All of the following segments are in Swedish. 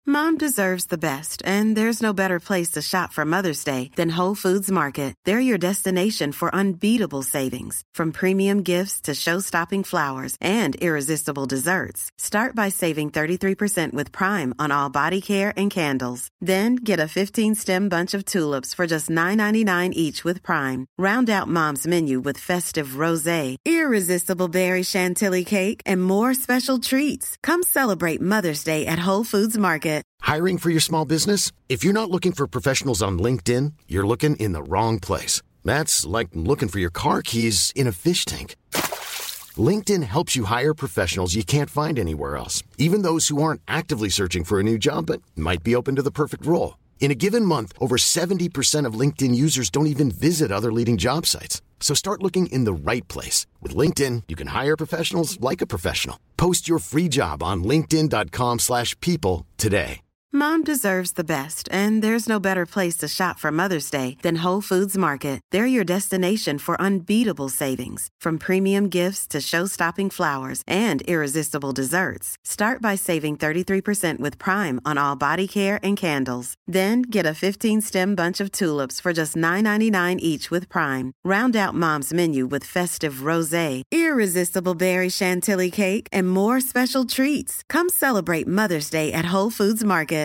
Mom deserves the best, and there's no better place to shop for Mother's Day than Whole Foods Market. They're your destination for unbeatable savings, from premium gifts to show-stopping flowers and irresistible desserts. Start by saving 33% with Prime on all body care and candles. Then get a 15-stem bunch of tulips for just $9.99 each with Prime. Round out Mom's menu with festive rosé, irresistible berry chantilly cake, and more special treats. Come celebrate Mother's Day at Whole Foods Market. Hiring for your small business? If you're not looking for professionals on LinkedIn, you're looking in the wrong place. That's like looking for your car keys in a fish tank. LinkedIn helps you hire professionals you can't find anywhere else, even those who aren't actively searching for a new job but might be open to the perfect role. In a given month, over 70% of LinkedIn users don't even visit other leading job sites. So start looking in the right place. With LinkedIn, you can hire professionals like a professional. Post your free job on linkedin.com/people today. Mom deserves the best, and there's no better place to shop for Mother's Day than Whole Foods Market. They're your destination for unbeatable savings, from premium gifts to show-stopping flowers and irresistible desserts. Start by saving 33% with Prime on all body care and candles. Then get a 15-stem bunch of tulips for just $9.99 each with Prime. Round out Mom's menu with festive rosé, irresistible berry chantilly cake, and more special treats. Come celebrate Mother's Day at Whole Foods Market.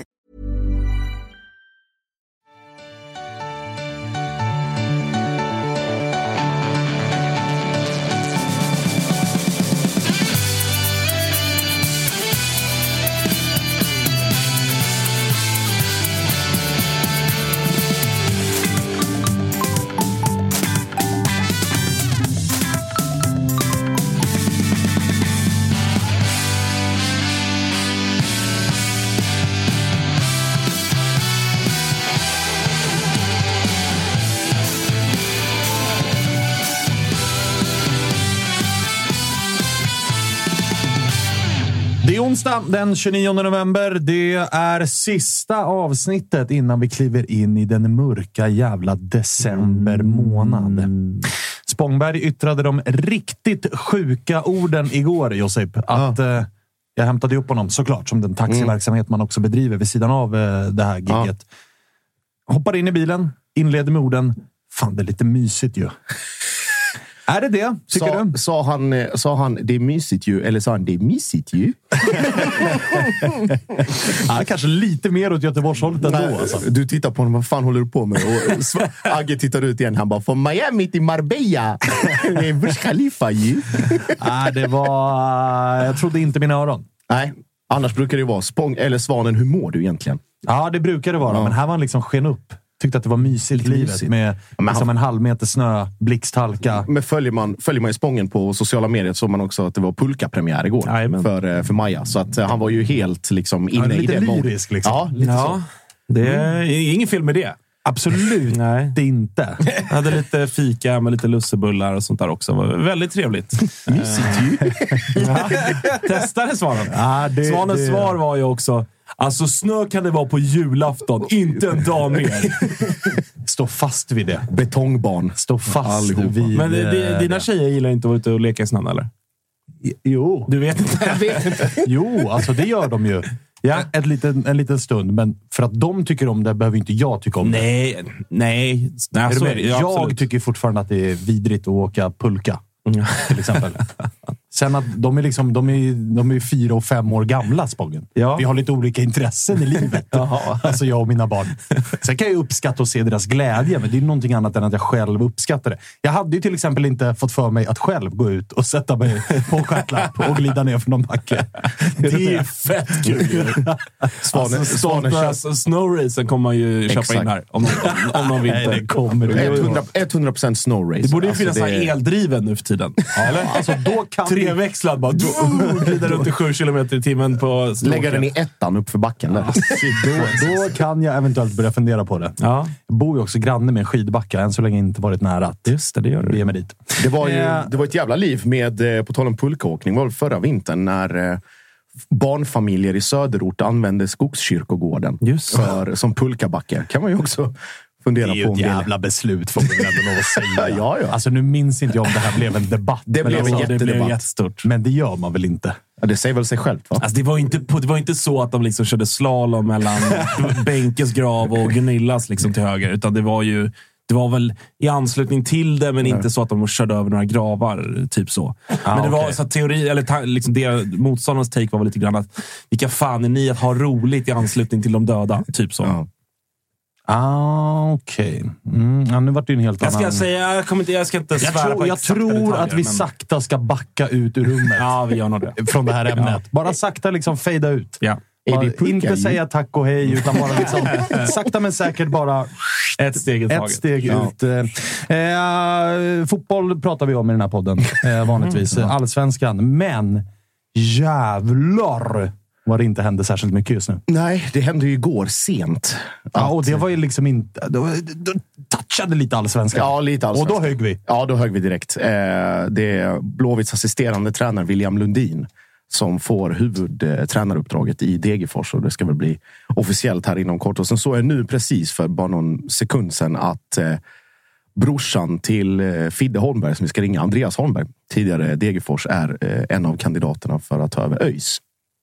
Det är onsdag den 29 november. Det är sista avsnittet innan vi kliver in i den mörka jävla december månad. Spångberg yttrade de riktigt sjuka orden igår, Josip. Att jag hämtade upp honom, såklart, som den taxiverksamhet man också bedriver vid sidan av det här gigget. Hoppade in i bilen, inledde med orden: fan, det är lite mysigt ju. Är det det, tycker du? Sa han det är mysigt ju, eller sa han det är mysigt ju? Ja, kanske lite mer åt Göteborgshållet ändå. Alltså. Du tittar på honom, vad fan håller du på med? Och Agge tittar ut igen, han bara, från Miami till Marbella. Det är Burj Khalifa ju. Det var... Jag trodde inte mina öron. Nej, annars brukar det vara eller Svanen, hur mår du egentligen? Ja, det brukar det vara, men här var han liksom sken upp. Tyckte att det var mysigt livet med liksom en halv meter snö, blixthalka. Men följer man i Spången på sociala medier, så man också att det var pulka-premiär igår för Maja. Så att han var ju helt liksom inne i det. Lite lyrisk liksom. Ja, lite så. Det är ingen fel med det. Absolut inte. Jag hade lite fika med lite lussebullar och sånt där också. Det var väldigt trevligt. Mysigt ju. Testade Svanen. Svanens svar var ju också: alltså snö kan det vara på julafton, inte en dag mer. Stå fast vid det. Betongbarn. Stå fast vid... Men dina tjejer gillar inte att vara ute och leka i snön, eller? Jo. Du vet inte. Jag vet inte. Jo, alltså det gör de ju. Ja, en liten stund. Men för att de tycker om det behöver inte jag tycka om det. Nej, så är det. Jag tycker fortfarande att det är vidrigt att åka pulka. Till exempel. Sen att de är 4 och 5 år gamla, Spången. Ja. Vi har lite olika intressen i livet. Alltså jag och mina barn. Sen kan jag uppskatta och se deras glädje, men det är någonting annat än att jag själv uppskattar det. Jag hade ju till exempel inte fått för mig att själv gå ut och sätta mig på en stjärtlapp och glida ner för någon backe. Det är fett kul. Snowracen kommer man ju köpa in här. Om de vill. Nej, det kommer 100% snowrace. Det borde ju finnas eldriven nu för tiden. Eller? Alltså då kan treväxlad bara glider runt i 7 kilometer i timmen på lägga den i ettan upp för backen där. Då kan jag eventuellt börja fundera på det. Ja. Jag bor ju också granne med en skidbacka, än så länge inte varit nära. Just det gör du. Ge mig dit. Det var ett jävla liv med, på tal om pulkaåkning, var förra vintern när barnfamiljer i söderort använde Skogskyrkogården som pulkabacke. Kan man ju också fundera på. Det är ju ett jävla beslut, får man ändå lov att säga. Ja. Alltså nu minns inte jag om det här blev en debatt. Det blev en jättedebatt. Jättestort. Men det gör man väl inte? Ja, det säger väl sig självt, va? Alltså, det var inte så att de liksom körde slalom mellan Bänkes grav och Gunillas liksom till höger. Utan det var väl i anslutning till det, men inte så att de körde över några gravar, typ så. Men det var så att teori, eller liksom det, motståndarens take var väl lite grann att vilka fan är ni att ha roligt i anslutning till de döda, typ så. Okej. Nu vart det ju en helt annan... Jag ska inte svära på. Jag tror att vi sakta ska backa ut ur rummet. Ja, vi gör nog det. Från det här ämnet. Bara sakta liksom fejda ut. Ja. Inte säga tack och hej, utan bara liksom sakta men säkert bara ett steg ut. Fotboll pratar vi om i den här podden vanligtvis. Allsvenskan. Men jävlar vad det inte hände särskilt mycket just nu. Nej, det hände ju igår sent. Ja, och det var ju liksom inte... Då touchade lite allsvenskan. Ja, lite allsvenskan. Och då högg vi. Ja, då högg vi direkt. Det är Blåvitts assisterande tränare William Lundin som får huvudtränaruppdraget i Degerfors, och det ska väl bli officiellt här inom kort. Och sen så är nu precis för bara någon sekund sedan att brorsan till Fidde Holmberg, som vi ska ringa, Andreas Holmberg, tidigare Degerfors, är en av kandidaterna för att ta över ÖIS.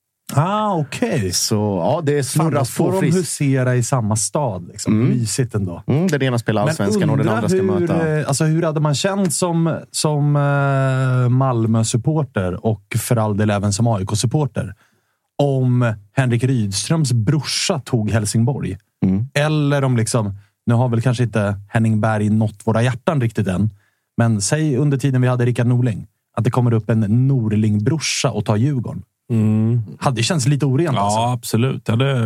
Okej. Så ja, det snurras på friskt. Får de husera i samma stad? Liksom. Mysigt ändå. Den ena spelar allsvenskan och den andra ska möta... Alltså, hur hade man känt som Malmö-supporter och för all del även som AIK-supporter om Henrik Rydströms brorsa tog Helsingborg? Eller om liksom... Nu har väl kanske inte Henning Berg nått våra hjärtan riktigt än. Men säg under tiden vi hade Rickard Norling att det kommer upp en Norling-brorsa och tar Djurgården. Hade känts lite orent. Ja, alltså. absolut.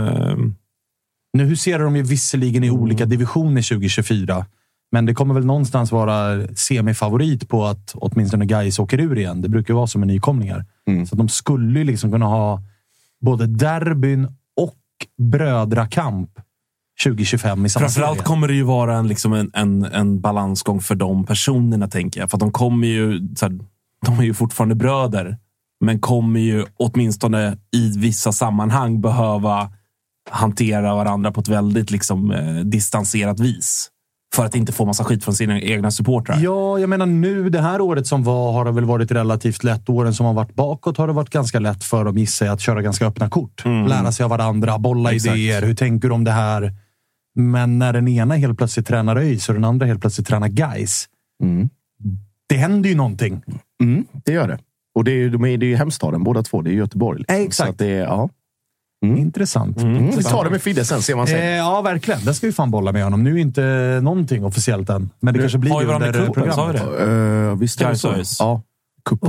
Nu huserar de ju visserligen i olika divisioner 2024. Men det kommer väl någonstans vara semifavorit på att åtminstone Gais åker ur igen. Det brukar vara som en nykomlingar. Så att de skulle ju liksom kunna ha både derbyn och brödrakamp 2025 i samma Framförallt serie. kommer det ju vara en balansgång för de personerna, tänker jag. För att de kommer ju... De är ju fortfarande bröder. Men kommer ju åtminstone i vissa sammanhang behöva hantera varandra på ett väldigt distanserat vis. För att inte få massa skit från sina egna supportrar. Ja, jag menar nu, det här året som var har det väl varit relativt lätt. Åren som har varit bakåt har det varit ganska lätt för dem, gissar jag, att köra ganska öppna kort. Lära sig av varandra, bolla idéer. Hur tänker du om det här? Men när den ena helt plötsligt tränar ÖIS och den andra helt plötsligt tränar Gais. Det händer ju någonting. Det gör det. Och det är ju hemstaden, båda två. Det är Göteborg. Exakt. Så att det är, ja. Intressant. Vi tar det med Fidde sen, ser man sig. Ja, verkligen. Det ska vi fan bolla med honom. Nu är inte någonting officiellt än. Men det kanske blir under programmet. Visst är det så? Ja. Kuppen.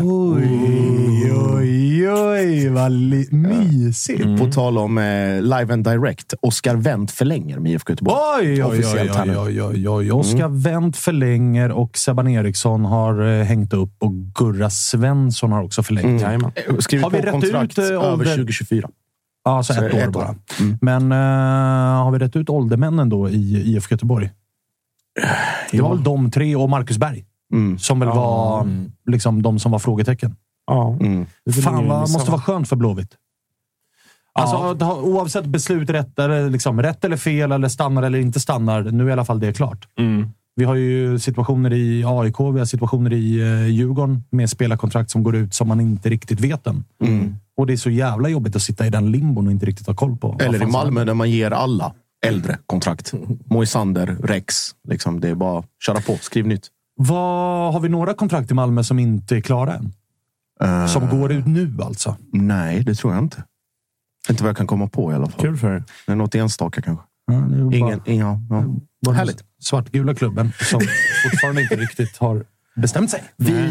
Oj, vad mysigt. På tal om live and direct. Oskar Wendt förlänger med IFK Göteborg. Oj. Oskar Wendt förlänger och Sebban Eriksson har hängt upp och Gurra Svensson har också förlängt. Skrivit har vi på kontrakt över 2024. Ja, så ett år bara. Men har vi rätt ut åldermännen då i IFK Göteborg? Det var väl de tre och Marcus Berg. Som väl var liksom de som var frågetecken. Fan, vad måste vara skönt för Blåvitt. Alltså, oavsett beslut rätt eller fel, eller stannar eller inte stannar, nu är i alla fall det klart. Vi har ju situationer i AIK, vi har situationer i Djurgården med spelarkontrakt som går ut som man inte riktigt vet än. Och det är så jävla jobbigt att sitta i den limbon och inte riktigt ha koll på. Eller i Malmö där man ger alla äldre kontrakt. Moisander, Rex. Liksom, det är bara köra på, skriv nytt. Har vi några kontrakt i Malmö som inte är klara än? Som går ut nu alltså? Nej, det tror jag inte. Inte vad jag kan komma på i alla fall. Kul för det. Det är något enstaka kanske. Härligt. Svartgula klubben som fortfarande inte riktigt har bestämt sig.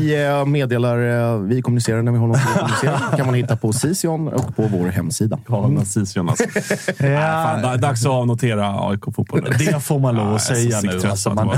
Vi kommunicerar när vi har något att kommunicera. Kan man hitta på Cision och på vår hemsida. Cision alltså. Dags att avnotera AIK-fotboll. Det får man lov att säga nu. Alltså, man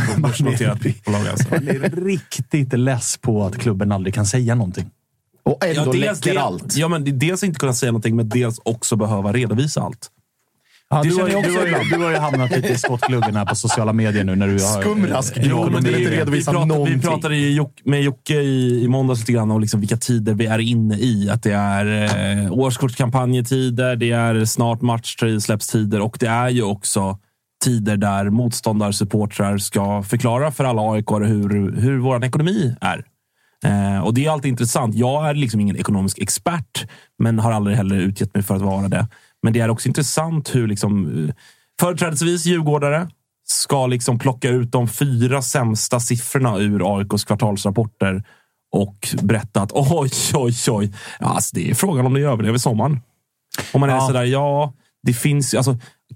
är riktigt less på att klubben aldrig kan säga någonting. Och ändå läcker allt. Ja, men dels inte kunna säga någonting, men dels också behöva redovisa allt. Ja, du har ju hamnat lite i skottgluggen här på sociala medier nu när du har... Skumrask. Vi pratade med Jocke i måndags lite grann om liksom vilka tider vi är inne i. Att det är årskortskampanjetider, det är snart matchsläppstider och det är ju också tider där motståndarsupportrar ska förklara för alla AIK hur vår ekonomi är. Och det är alltid intressant. Jag är liksom ingen ekonomisk expert, men har aldrig heller utgett mig för att vara det. Men det är också intressant hur liksom, företrädesvis djurgårdare ska liksom plocka ut de 4 sämsta siffrorna ur AIKs kvartalsrapporter och berätta att oj. Alltså, det är frågan om det överlever sommaren. Om man är sådär, det finns alltså,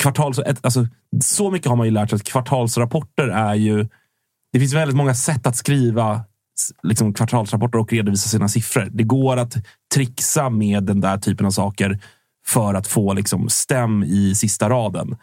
så mycket har man ju lärt sig att kvartalsrapporter är ju, det finns väldigt många sätt att skriva liksom kvartalsrapporter och redovisa sina siffror. Det går att trixa med den där typen av saker för att få liksom stäm i sista raden.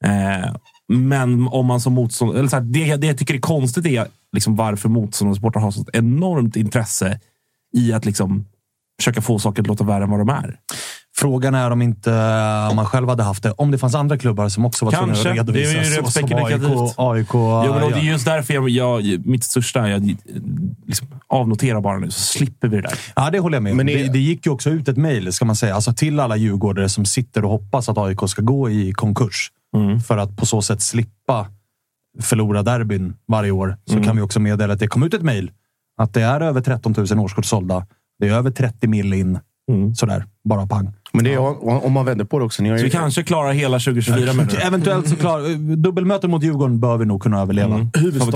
Men om man som motstånd, eller så här, det jag tycker är konstigt är liksom varför motståndarsportar har så enormt intresse i att liksom försöka få saker att låta värre än vad de är. Frågan är om man själv hade haft det. Om det fanns andra klubbar som också var tvungna att redovisa. Det är ju rätt spekulativt. AIK. Jo, men det är just därför mitt största jag liksom avnoterar bara nu, så slipper vi det där. Ja, det håller jag med. Men det gick ju också ut ett mejl, ska man säga. Alltså till alla djurgårdare som sitter och hoppas att AIK ska gå i konkurs. För att på så sätt slippa förlora derbyn varje år. Så kan vi också meddela att det kom ut ett mejl. Att det är över 13 000 årskort sålda. Det är över 30 mil in. Sådär, bara pang. Men det är, om man vänder på det också. Så vi kanske klarar hela 2024 med det. Eventuellt så dubbelmöten mot Djurgården bör vi nog kunna överleva.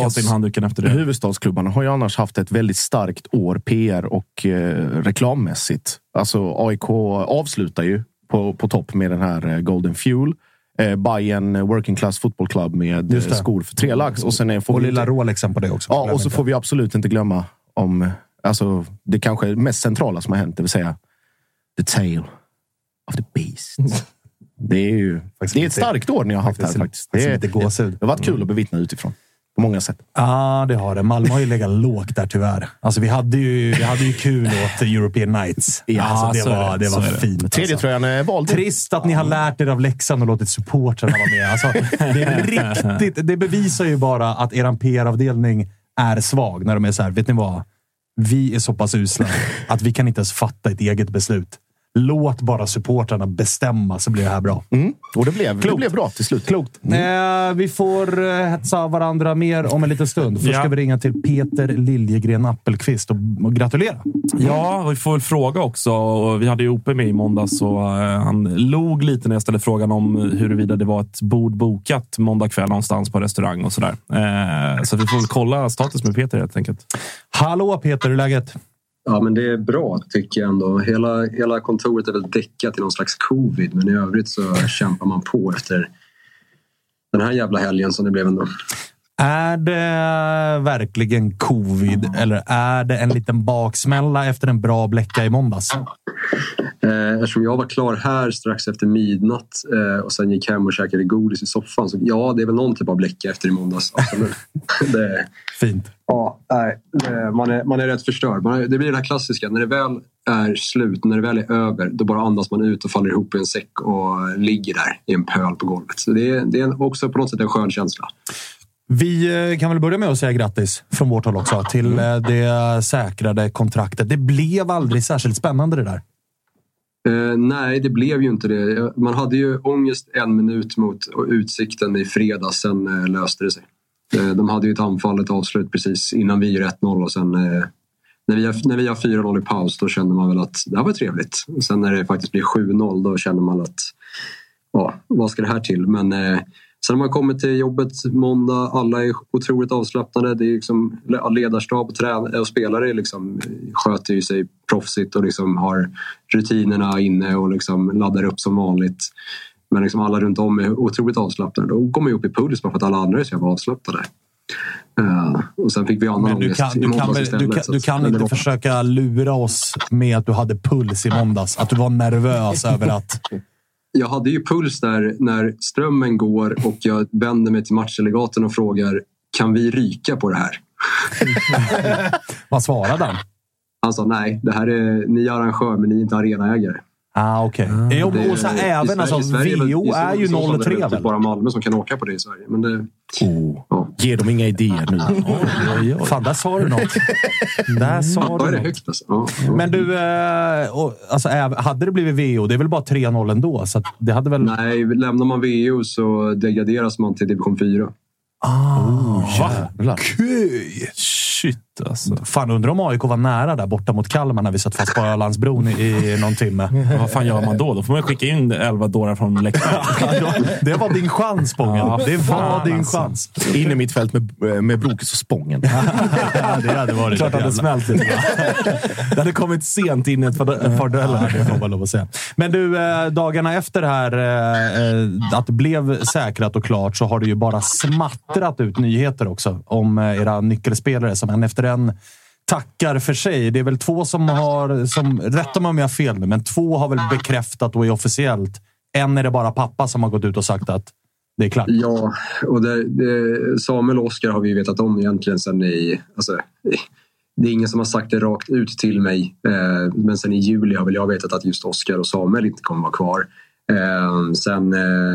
Huvudstadsklubbarna har ju annars haft ett väldigt starkt år PR och reklammässigt. Alltså AIK avslutar ju på topp med den här Golden Fuel. Bayern Working Class Football Club med skor för 3 lax. Och sen får lilla Rolexen på det också. Ja, och så får vi absolut inte glömma om alltså, det kanske mest centrala som har hänt, det vill säga The Tale of the Beast. Det är ju det är ett starkt år ni har haft här faktiskt. Det har varit kul att bevittna utifrån. På många sätt. Ja, det har det. Malmö har ju legat lågt där tyvärr. Alltså vi hade ju kul åt European Nights. Ja, alltså, det var fint. Tredje tröjan är vald. Trist att ni har lärt er av läxan och låtit supportrarna vara med. Alltså, det är riktigt. Det bevisar ju bara att eran PR-avdelning är svag när de är så här, vet ni vad? Vi är så pass usla att vi kan inte ens fatta ett eget beslut. Låt bara supportrarna bestämma, så blir det här bra. Och det blev bra till slut. Klokt. Vi får hetsa varandra mer om en liten stund. Först ska vi ringa till Peter Liljegren Appelqvist och gratulera. Ja, vi får väl fråga också. Vi hade ju Ope med i måndags, så han log lite när jag ställde frågan om huruvida det var ett bord bokat måndag kväll någonstans på restaurang och sådär. Så vi får väl kolla status med Peter helt enkelt. Hallå Peter, hur är läget? Ja, men det är bra tycker jag ändå. Hela kontoret är väl däckat till någon slags covid, men i övrigt så kämpar man på efter den här jävla helgen som det blev ändå. Är det verkligen covid eller är det en liten baksmälla efter en bra bläcka i måndags? Eftersom jag var klar här strax efter midnatt och sen gick hem och käkade godis i soffan, så ja, det är väl någon typ av bläcka efter i måndags. Absolut. Fint. Ja, nej, man är rätt förstörd. Det blir den här klassiska, när det väl är slut, när det väl är över, då bara andas man ut och faller ihop i en säck och ligger där i en pöl på golvet. Så det är också på något sätt en skön känsla. Vi kan väl börja med att säga grattis från vårt håll också till det säkrade kontraktet. Det blev aldrig särskilt spännande det där. Nej, det blev ju inte det. Man hade ju ångest 1 minut mot Utsikten i fredags, sen löste det sig. De hade ju ett anfall, ett avslut precis innan vi gör 1-0 och sen när vi har 4-0 i paus, då känner man väl att det här var trevligt. Sen när det faktiskt blir 7-0, då känner man att vad ska det här till? Men sen när man kommer till jobbet måndag, alla är otroligt avslappnade. Det är liksom ledarstab och spelare liksom sköter ju sig proffsigt och liksom har rutinerna inne och liksom laddar upp som vanligt. Men liksom alla runt om är otroligt avslappnade. Då kommer jag upp i puls bara för att alla andra är så jävla avslappnade. Och sen fick vi annan ångest. Du kan inte försöka lura oss med att du hade puls i måndags. Att du var nervös över att... Jag hade ju puls där när strömmen går och jag vänder mig till matchdelegaten och frågar, kan vi ryka på det här? Vad svarade han? Han sa, nej, det här är ni arrangör men ni är inte arenaägare. Okej. Och så även alltså, VO är ju 0-3 väl? Det är bara Malmö som kan åka på det i Sverige. Men det... Ge dem inga idéer nu. Fan, där sa du något. Där sa du något. Högt, alltså. Men du, alltså, hade det blivit VO, det är väl bara 3-0 ändå? Så det hade väl... Nej, lämnar man VO så degraderas man till division 4. Jävlar. Shit. Alltså. Fan, undrar om AIK var nära där borta mot Kalmar när vi satt fast på Ölandsbron i någon timme. Vad fan gör man då? Då får man skicka in 11 dårar från läktaren. Det var din chans, Spången. Ja, det var din chans. In i mitt fält med Brokis och Spången. Det hade varit klart att det smält lite. Det hade kommit sent in i ett par dueller. Det får man lov att säga. Men du, dagarna efter det här att det blev säkrat och klart, så har det ju bara smattrat ut nyheter också om era nyckelspelare som en efter en tackar för sig. Det är väl 2 som rätta mig om jag har fel nu, men 2 har väl bekräftat och är officiellt. En är det bara pappa som har gått ut och sagt att det är klart. Ja, och Samuel och Oskar har vi vetat om egentligen sen det är ingen som har sagt det rakt ut till mig. Men sen i juli har väl jag vetat att just Oskar och Samuel inte kommer vara kvar. Sen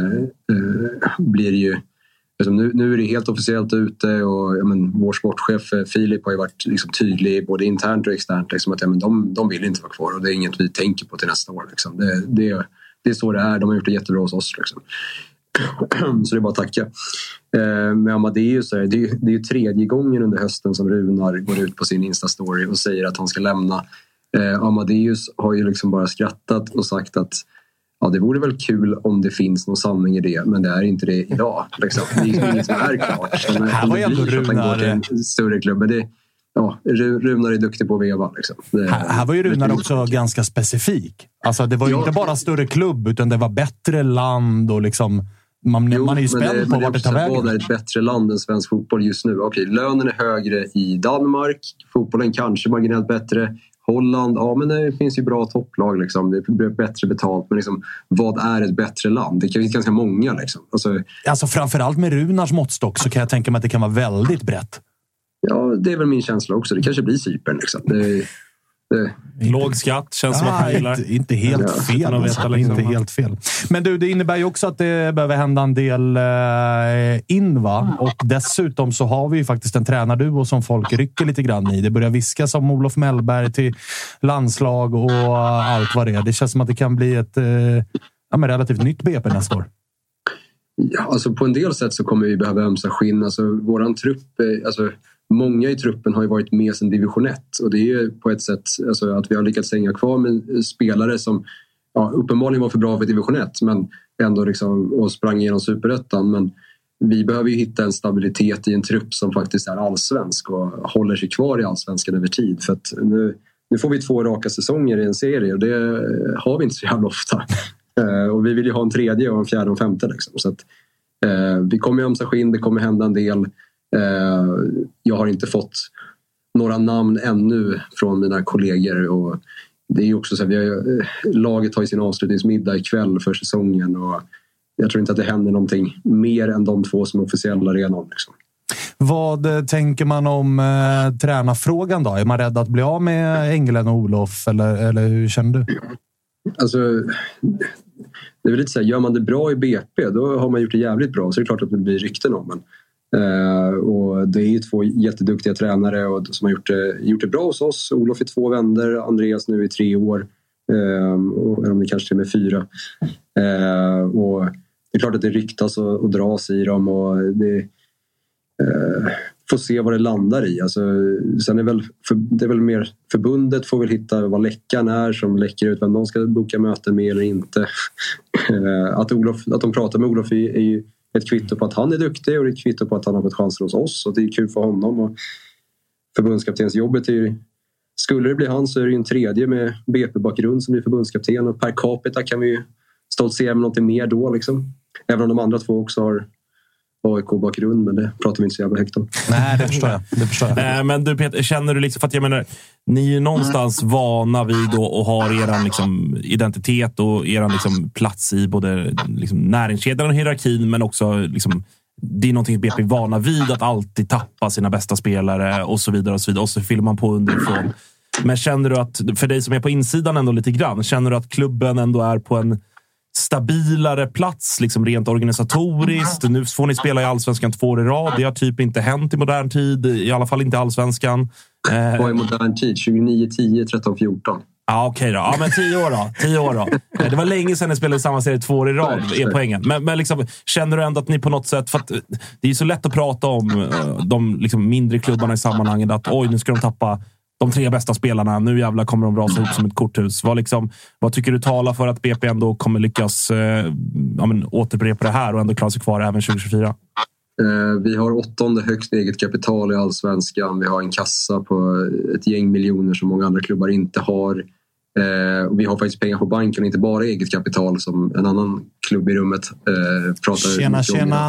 blir det ju... Nu är det helt officiellt ute och vår sportchef Filip har ju varit liksom tydlig både internt och externt liksom, att de vill inte vara kvar och det är inget vi tänker på till nästa år. Liksom. Det är så det är. De har gjort det jättebra hos oss. Liksom. Så det är bara att tacka. Med Amadeus det är ju 3:e gången under hösten som Runar går ut på sin Insta-story och säger att han ska lämna. Amadeus har ju liksom bara skrattat och sagt att det vore väl kul om det finns någon sanning i det, men det är inte det idag. Liksom. Det är inget som är klart. Här var ju ändå Runar... en större klubb, men Runar är duktig på att veva. Liksom. Här var ju Runar också ganska specifik. Alltså, det var ju inte bara större klubb, utan det var bättre land och liksom... Man är ju spänd på vart det tar vägen. Vad är ett bättre land än svensk fotboll just nu? Okej, lönen är högre i Danmark. Fotbollen kanske marginellt bättre. Holland, men det finns ju bra topplag. Liksom. Det är bättre betalt. Men liksom, vad är ett bättre land? Det finns ganska många. Liksom. Alltså framförallt med Runars måttstock så kan jag tänka mig att det kan vara väldigt brett. Ja, det är väl min känsla också. Det kanske blir Cypern. Liksom. Låg skatt, känns som att man gillar. Inte helt fel. Inte helt fel. Men du, det innebär ju också att det behöver hända en del va? Och dessutom så har vi ju faktiskt en tränarduo som folk rycker lite grann i. Det börjar viskas om Olof Mellberg till landslag och allt vad det är. Det känns som att det kan bli ett relativt nytt BP nästa år. Ja, alltså på en del sätt så kommer vi behöva ömsa skinn. Alltså våran trupp, många i truppen har ju varit med sedan division 1 och det är ju på ett sätt att vi har lyckats hänga kvar med spelare som uppenbarligen var för bra för division 1 men ändå liksom, och sprang igenom superettan. Men vi behöver ju hitta en stabilitet i en trupp som faktiskt är allsvensk och håller sig kvar i allsvenskan över tid. För att nu får vi 2 raka säsonger i en serie och det har vi inte så jävla ofta. Och vi vill ju ha en 3:e och en 4:e och en 5:e liksom. Så att vi kommer ju ömsa skinn, det kommer hända en del. Jag har inte fått några namn ännu från mina kollegor och det är ju också så att laget har ju sin avslutningsmiddag ikväll för säsongen och jag tror inte att det händer någonting mer än de 2 som är officiella redan. Liksom. Vad tänker man om tränarfrågan då? Är man rädd att bli av med Englen och Olof eller hur känner du? Alltså, det är väl lite så här, gör man det bra i BP då har man gjort det jävligt bra så det är klart att det blir rykten om men och det är ju 2 jätteduktiga tränare och, som har gjort det bra hos oss. Olof i 2 vänder, Andreas nu i 3 år och om det kanske till och med 4 och det är klart att det ryktas och dras i dem och det får se vad det landar i. Alltså, sen det är väl mer förbundet får väl hitta vad läckan är som läcker ut vem de ska boka möten med eller inte. Att de pratar med Olof är ju ett kvitto på att han är duktig och ett kvitto på att han har fått chanser hos oss och det är kul för honom. Och förbundskaptensjobbet är ju, skulle det bli han så är det ju en 3:e med BP-bakgrund som blir förbundskapten och per capita kan vi ju stoltsera med något mer då liksom. Även om de andra 2 också har AIK-bakgrund, men det pratar vi inte så jävla högt om. Nej, det förstår jag. Men du Peter, känner du liksom, för att jag menar, ni är ju någonstans vana vid då och har eran liksom identitet och eran liksom plats i både liksom näringskedjan och hierarkin, men också liksom, det är någonting BP är vana vid att alltid tappa sina bästa spelare och så vidare och så fyller man på underifrån. Men känner du att, för dig som är på insidan ändå lite grann, känner du att klubben ändå är på en stabilare plats liksom rent organisatoriskt? Nu får ni spela i Allsvenskan 2 år i rad. Det har typ inte hänt i modern tid, i alla fall inte Allsvenskan. Vad är modern tid? 29, 10, 13, 14. Ja, okej då. Ja, men 10 år då. Det var länge sedan ni spelade i samma serie 2 år i rad, är poängen. Men liksom, känner du ändå att ni på något sätt... För att det är så lätt att prata om de liksom mindre klubbarna i sammanhanget. Att nu ska de tappa de 3 bästa spelarna. Nu jävlar kommer de rasa ihop som ett korthus. Vad tycker du talar för att BP ändå kommer lyckas återupprepa det här och ändå klara sig kvar även 2024? Vi har 8:e högst eget kapital i Allsvenskan. Vi har en kassa på ett gäng miljoner som många andra klubbar inte har. Och vi har faktiskt pengar på banken och inte bara eget kapital som en annan klubb i rummet pratar. Tjena.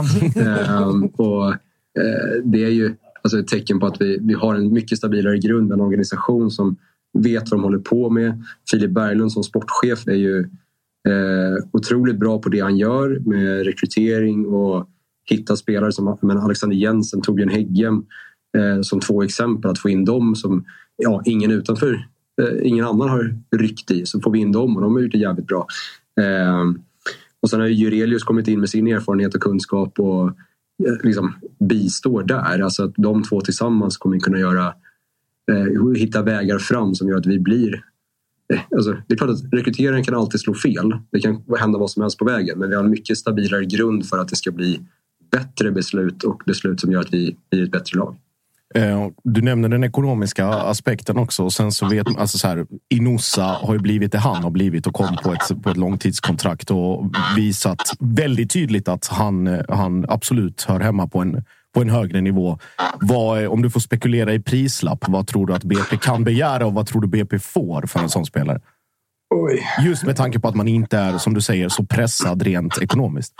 Det är ju ett tecken på att vi har en mycket stabilare grund, en organisation som vet vad de håller på med. Filip Berglund som sportchef är ju otroligt bra på det han gör med rekrytering och hitta spelare som Alexander Jensen, Torbjörn Häggem som 2 exempel, att få in dem som ingen annan har ryckt i, så får vi in dem och de har gjort det jävligt bra. Och sen har Jurelius kommit in med sin erfarenhet och kunskap och liksom bistår där. Alltså att de 2 tillsammans kommer kunna hitta vägar fram som gör att vi blir... det är klart att rekryteringen kan alltid slå fel. Det kan hända vad som helst på vägen, men vi har en mycket stabilare grund för att det ska bli bättre beslut och beslut som gör att vi blir ett bättre lag. Du nämnde den ekonomiska aspekten också, och sen så vet man, Inosa har ju blivit det han har blivit och kom på ett långtidskontrakt och visat väldigt tydligt att han absolut hör hemma på en högre nivå. Om du får spekulera i prislapp, vad tror du att BP kan begära och vad tror du BP får för en sån spelare? Oj. Just med tanke på att man inte är, som du säger, så pressad rent ekonomiskt.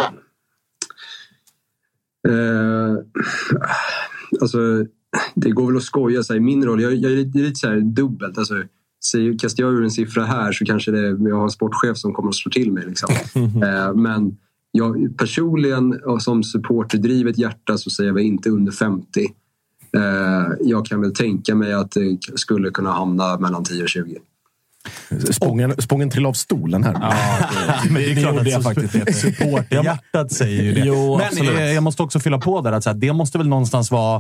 Det går väl att skoja sig. Min roll, jag är lite så här dubbelt. Kastar jag ur en siffra här så kanske jag har en sportchef som kommer att slå till mig. Liksom. Men jag personligen som supporterdrivet hjärta så säger jag inte under 50. Jag kan väl tänka mig att det skulle kunna hamna mellan 10 och 20. Spången till av stolen här. Ja, men det är klart att jag faktiskt supporterhjärtat säger ju det. Jo, men jag måste också fylla på där att det måste väl någonstans vara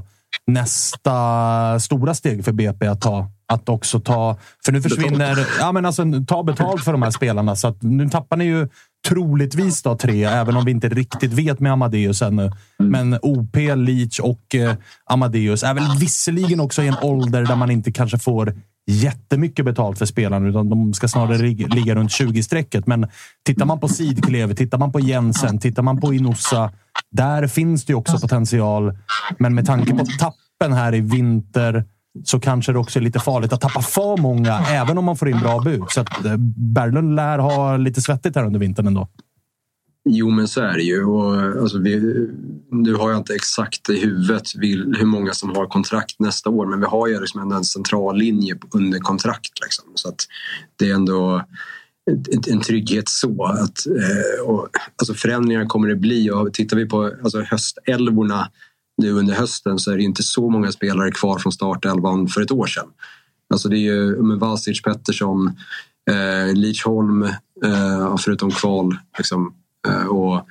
nästa stora steg för BP att ta. Att också ta... För nu försvinner... ta betalt för de här spelarna. Så att nu tappar ni ju troligtvis 3, även om vi inte riktigt vet med Amadeus ännu. Men OP, Leach och Amadeus är väl visserligen också i en ålder där man inte kanske får jättemycket betalt för spelarna, utan de ska snarare ligga runt 20-strecket. Men tittar man på Sidklev, tittar man på Jensen, tittar man på Inosa, där finns det ju också potential. Men med tanke på tappen här i vinter så kanske det också är lite farligt att tappa för många, även om man får in bra bud. Så att Berglund lär ha lite svettigt här under vintern ändå. Jo, men så är det ju. Och, nu har jag inte exakt i huvudet hur många som har kontrakt nästa år, men vi har ju liksom en central linje under kontrakt. Liksom. Så att det är ändå en trygghet så. Att, förändringar kommer det bli. Och tittar vi på höstälvorna nu under hösten så är det inte så många spelare kvar från startelvan för ett år sedan. Alltså det är ju Vasic, Pettersson, Lichholm, förutom kval liksom. Och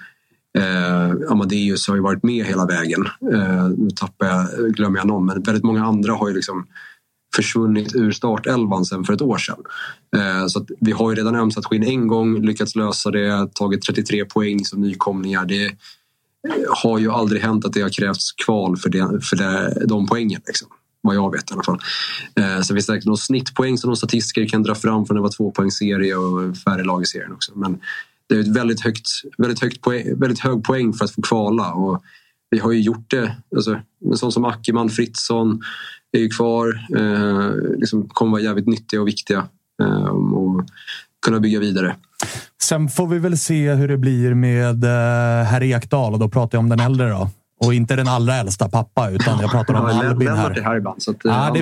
Amadeus har ju varit med hela vägen. Nu glömmer jag någon, men väldigt många andra har ju liksom försvunnit ur startelvan sen för ett år sedan. Så att vi har ju redan ömsat skinn en gång, lyckats lösa det, tagit 33 poäng som nykomlingar. Det har ju aldrig hänt att det har krävts kval för de poängen liksom. Vad jag vet i alla fall. Så finns det säkert någon snittpoäng som de statistiker kan dra fram från det var 2-poängsserie och färre lag i serien också. Men det är ett väldigt hög poäng för att få kvala, och vi har ju gjort det. En sån som Ackerman, Fritzson är ju kvar, liksom kommer vara jävligt nyttiga och viktiga och kunna bygga vidare. Sen får vi väl se hur det blir med herr Ekdal, och då pratar jag om den äldre då. Och inte den allra äldsta pappa, utan jag pratar om Albin här. Ibland, så att,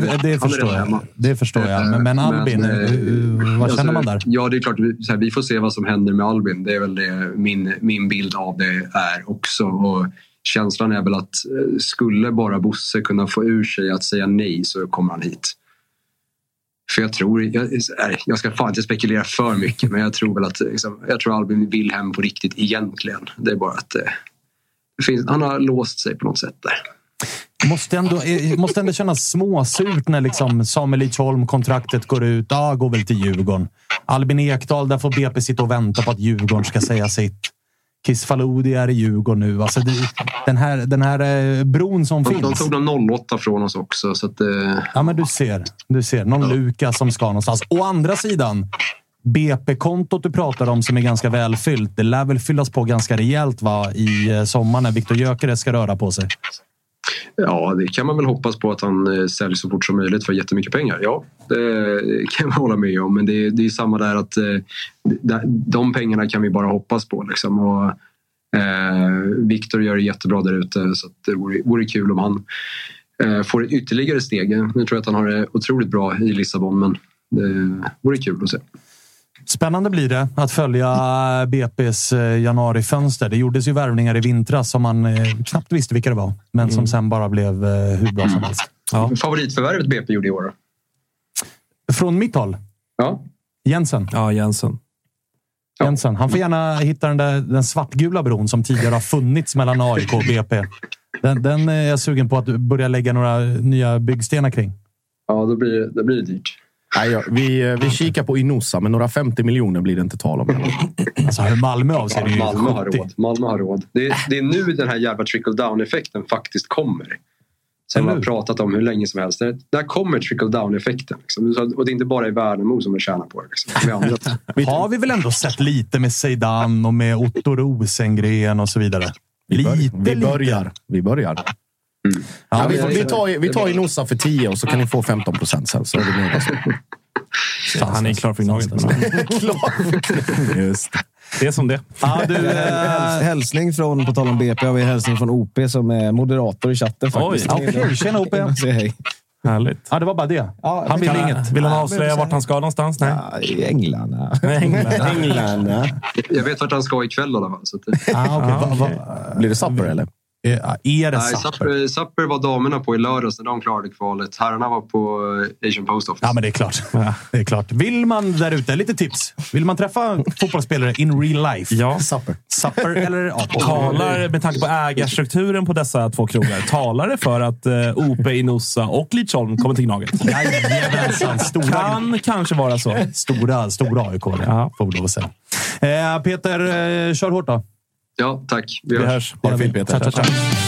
det förstår jag. Men Albin, vad känner man där? Ja, det är klart. Vi får se vad som händer med Albin. Det är väl det min bild av det är också. Och känslan är väl att skulle bara Bosse kunna få ur sig att säga nej, så kommer han hit. För jag ska fan inte spekulera för mycket, men jag tror väl att jag tror Albin vill hem på riktigt egentligen. Det är bara att han har låst sig på något sätt där. Måste ändå kännas småsurt när liksom Samuel Lidsholm-kontraktet går ut. Går väl till Djurgården. Albin Ekdal, där får BP sitta och vänta på att Djurgården ska säga sitt. Kiss Faludi är i Djurgården nu. Alltså den här bron som finns. De tog någon 08 från oss också. Så att, ja, men du ser. Någon Lukas som ska någonstans. Å andra sidan, BP-kontot du pratar om som är ganska välfyllt. Det lär väl fyllas på ganska rejält i sommar när Viktor Gyökeres ska röra på sig. Ja, det kan man väl hoppas på att han säljer så fort som möjligt för jättemycket pengar. Ja, det kan man hålla med om. Men det är samma där att de pengarna kan vi bara hoppas på. Liksom. Och Viktor gör det jättebra där ute, så att det vore kul om han får ett ytterligare steg. Nu tror jag att han har det otroligt bra i Lissabon, men det vore kul att se. Spännande blir det att följa BP's januarifönster. Det gjordes ju värvningar i vintras som man knappt visste vilka det var. Men som sen bara blev hur bra som helst. Ja. Favoritförvärvet BP gjorde i år? Från mitt håll? Ja. Jensen. Ja, Jensen. Han får gärna hitta den svartgula bron som tidigare har funnits mellan AIK och BP. Den är jag sugen på att börja lägga några nya byggstenar kring. Ja, då blir det dyrt. Nej, vi kikar på Inosa, men några 50 miljoner blir det inte tal om. Alltså hur Malmö avser det ju Malmö har råd. Det är nu den här jävla trickle-down-effekten faktiskt kommer. Som man har pratat om hur länge som helst. Där kommer trickle-down-effekten. Liksom. Och det är inte bara i Värnamo som vi tjänar på det. Liksom. Har vi väl ändå sett lite med Zeidan och med Otto Rosengren och så vidare? Vi börjar. Mm. Ja, vi tar i Nossa för 10 och så kan ni få 15% sen. Så är det mer så. Han är klar för Gnaget. Just det är som det. Ja, hälsning från, på tal om BP, har vi hälsning från OP som är moderator i chatten faktiskt. Okej, tjena OP. Säg hej. Härligt. Ja, det var bara det. Ja, han vill inget. Vill han avslöja vart han ska någonstans? Nej. Ja, i England. Jag vet vart han ska ikväll i alla fall. Så okay. Blir det Supper eller? Är det Nej, Supper var damerna på i lördags när de klarade kvalet. Herrarna var på Asian Post Office. Ja, men det är klart. Vill man där ute, lite tips. Vill man träffa fotbollsspelare in real life? Ja. Supper eller talar, med tanke på ägarstrukturen på dessa två krogar, talar det för att OP, Inossa och Lidsholm kommer till Gnaget? Jajamensan. Kan kanske vara så. Stora AIK, får vi lov att säga. Peter, kör hårt då. Ja, tack. Vi hörs. Ha det fint, Peter. Ciao.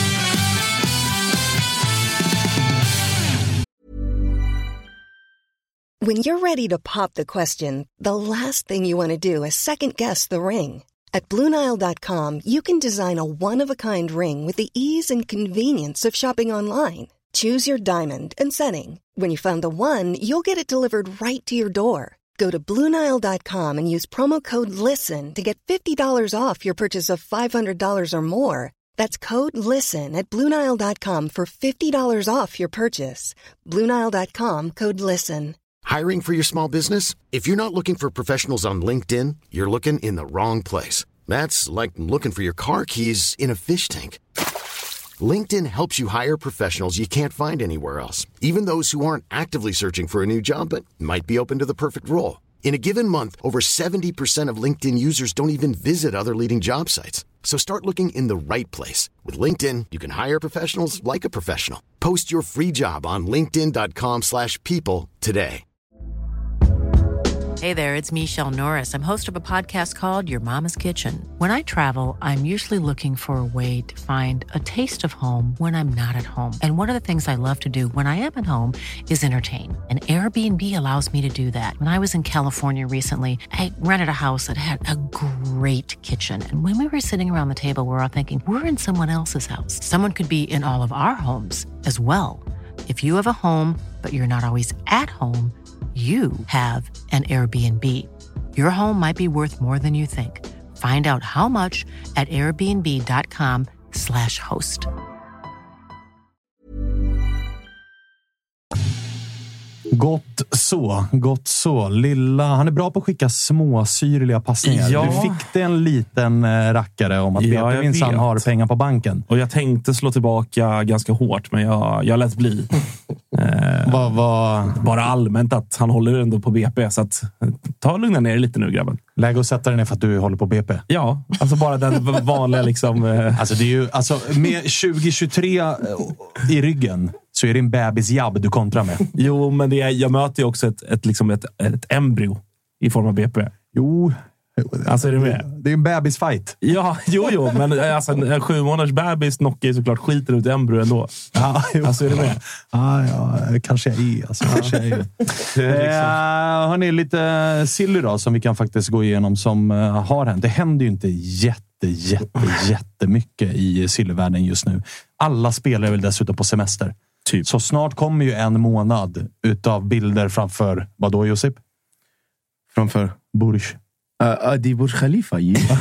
When you're ready to pop the question, the last thing you want to do is second-guess the ring. At BlueNile.com, you can design a one-of-a-kind ring with the ease and convenience of shopping online. Choose your diamond and setting. When you find the one, you'll get it delivered right to your door. Go to BlueNile.com and use promo code LISTEN to get $50 off your purchase of $500 or more. That's code LISTEN at BlueNile.com for $50 off your purchase. BlueNile.com, code LISTEN. Hiring for your small business? If you're not looking for professionals on LinkedIn, you're looking in the wrong place. That's like looking for your car keys in a fish tank. LinkedIn helps you hire professionals you can't find anywhere else, even those who aren't actively searching for a new job but might be open to the perfect role. In a given month, over 70% of LinkedIn users don't even visit other leading job sites. So start looking in the right place. With LinkedIn, you can hire professionals like a professional. Post your free job on linkedin.com/people today. Hey there, it's Michelle Norris. I'm host of a podcast called Your Mama's Kitchen. When I travel, I'm usually looking for a way to find a taste of home when I'm not at home. And one of the things I love to do when I am at home is entertain. And Airbnb allows me to do that. When I was in California recently, I rented a house that had a great kitchen. And when we were sitting around the table, we're all thinking, we're in someone else's house. Someone could be in all of our homes as well. If you have a home, but you're not always at home, you have an Airbnb. Your home might be worth more than you think. Find out how much at airbnb.com/host. Gott så. Lilla, han är bra på att skicka små syrliga passningar. Ja. Du fick det en liten rackare om att BP minsann har pengar på banken. Och jag tänkte slå tillbaka ganska hårt, men jag lät bli. Bara allmänt att han håller ändå på BP, så att ta och lugna ner dig lite nu, grabben. Läge att sätta dig ner för att du håller på BP. Ja, alltså bara den vanliga liksom... Alltså det är ju, alltså med 2023 i ryggen så är det en bebisjabb du kontrar med. Jo, men jag möter ju också ett embryo i form av BP. Jo, alltså är det med? Det är en bebisfight. Ja, jo, men alltså en 7 månaders bebis knockar ju såklart skiten ut i embryo ändå. Ja, alltså är det med? Ja, kanske jag är. Alltså, kanske jag är. Har ni lite silly då som vi kan faktiskt gå igenom som har hänt? Det händer ju inte jättemycket i sillyvärlden just nu. Alla spelare är väl dessutom på semester. Typ. Så snart kommer ju en månad utav bilder framför, vad då Josip? Framför? Burj. Det är Burj Khalifa.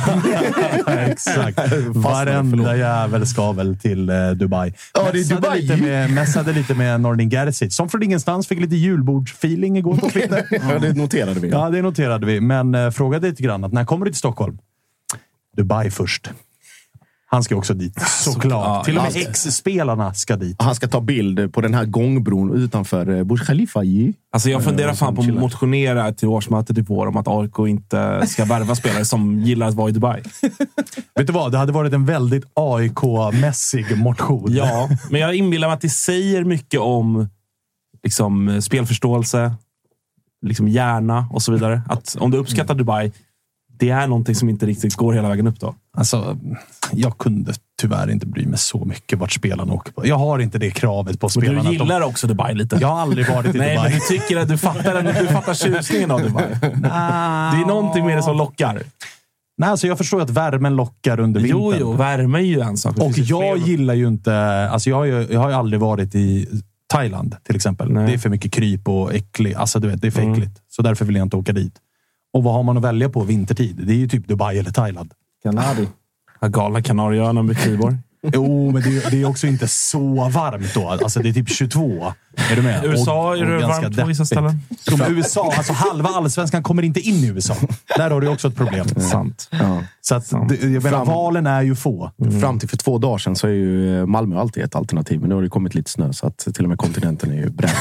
Exakt. Varenda jävel ska väl till Dubai. Ja, det är Dubai. Mässade lite med Nordin Gerzic. Som från ingenstans fick lite julbordsfeeling igår på Twitter. Ja, det noterade vi. Ja, det noterade vi. Men frågade lite grann att när kommer du till Stockholm? Dubai först. Han ska också dit, såklart. Ja, till och med ex-spelarna ska dit. Han ska ta bild på den här gångbron utanför Burj Khalifa. Alltså jag funderar fan på att motionera till årsmötet i vår om att AIK inte ska värva spelare som gillar att vara i Dubai. Vet du vad? Det hade varit en väldigt AIK-mässig motion. Ja, men jag inbillar mig att det säger mycket om liksom, spelförståelse, liksom hjärna och så vidare. Att om du uppskattar Dubai, det är någonting som inte riktigt går hela vägen upp då. Alltså, jag kunde tyvärr inte bry mig så mycket vart spelarna åker på. Jag har inte det kravet på spelarna. Men du gillar också Dubai lite. Jag har aldrig varit i Dubai. Nej, men du tycker att du fattar tjusningen av Dubai. Det är någonting med det som lockar. Nej, alltså jag förstår att värmen lockar under vintern. Jo, värme är ju en sak. Och jag gillar ju inte... Alltså jag har ju aldrig varit i Thailand, till exempel. Nej. Det är för mycket kryp och äckligt. Alltså du vet, det är för äckligt. Så därför vill jag inte åka dit. Och vad har man att välja på vintertid? Det är ju typ Dubai eller Thailand. Kanadi. Galna Kanarieöarna med Friborg. Jo, men det är också inte så varmt då. Alltså det är typ 22. Är du med? USA är det varmt på vissa ställen. Som USA, alltså halva allsvenskan kommer inte in i USA. Där har du också ett problem. Sant. Ja. Så att, jag menar, valen är ju få. Fram till för 2 dagar sedan så är ju Malmö alltid ett alternativ. Men nu har det kommit lite snö så att till och med kontinenten är ju bränd.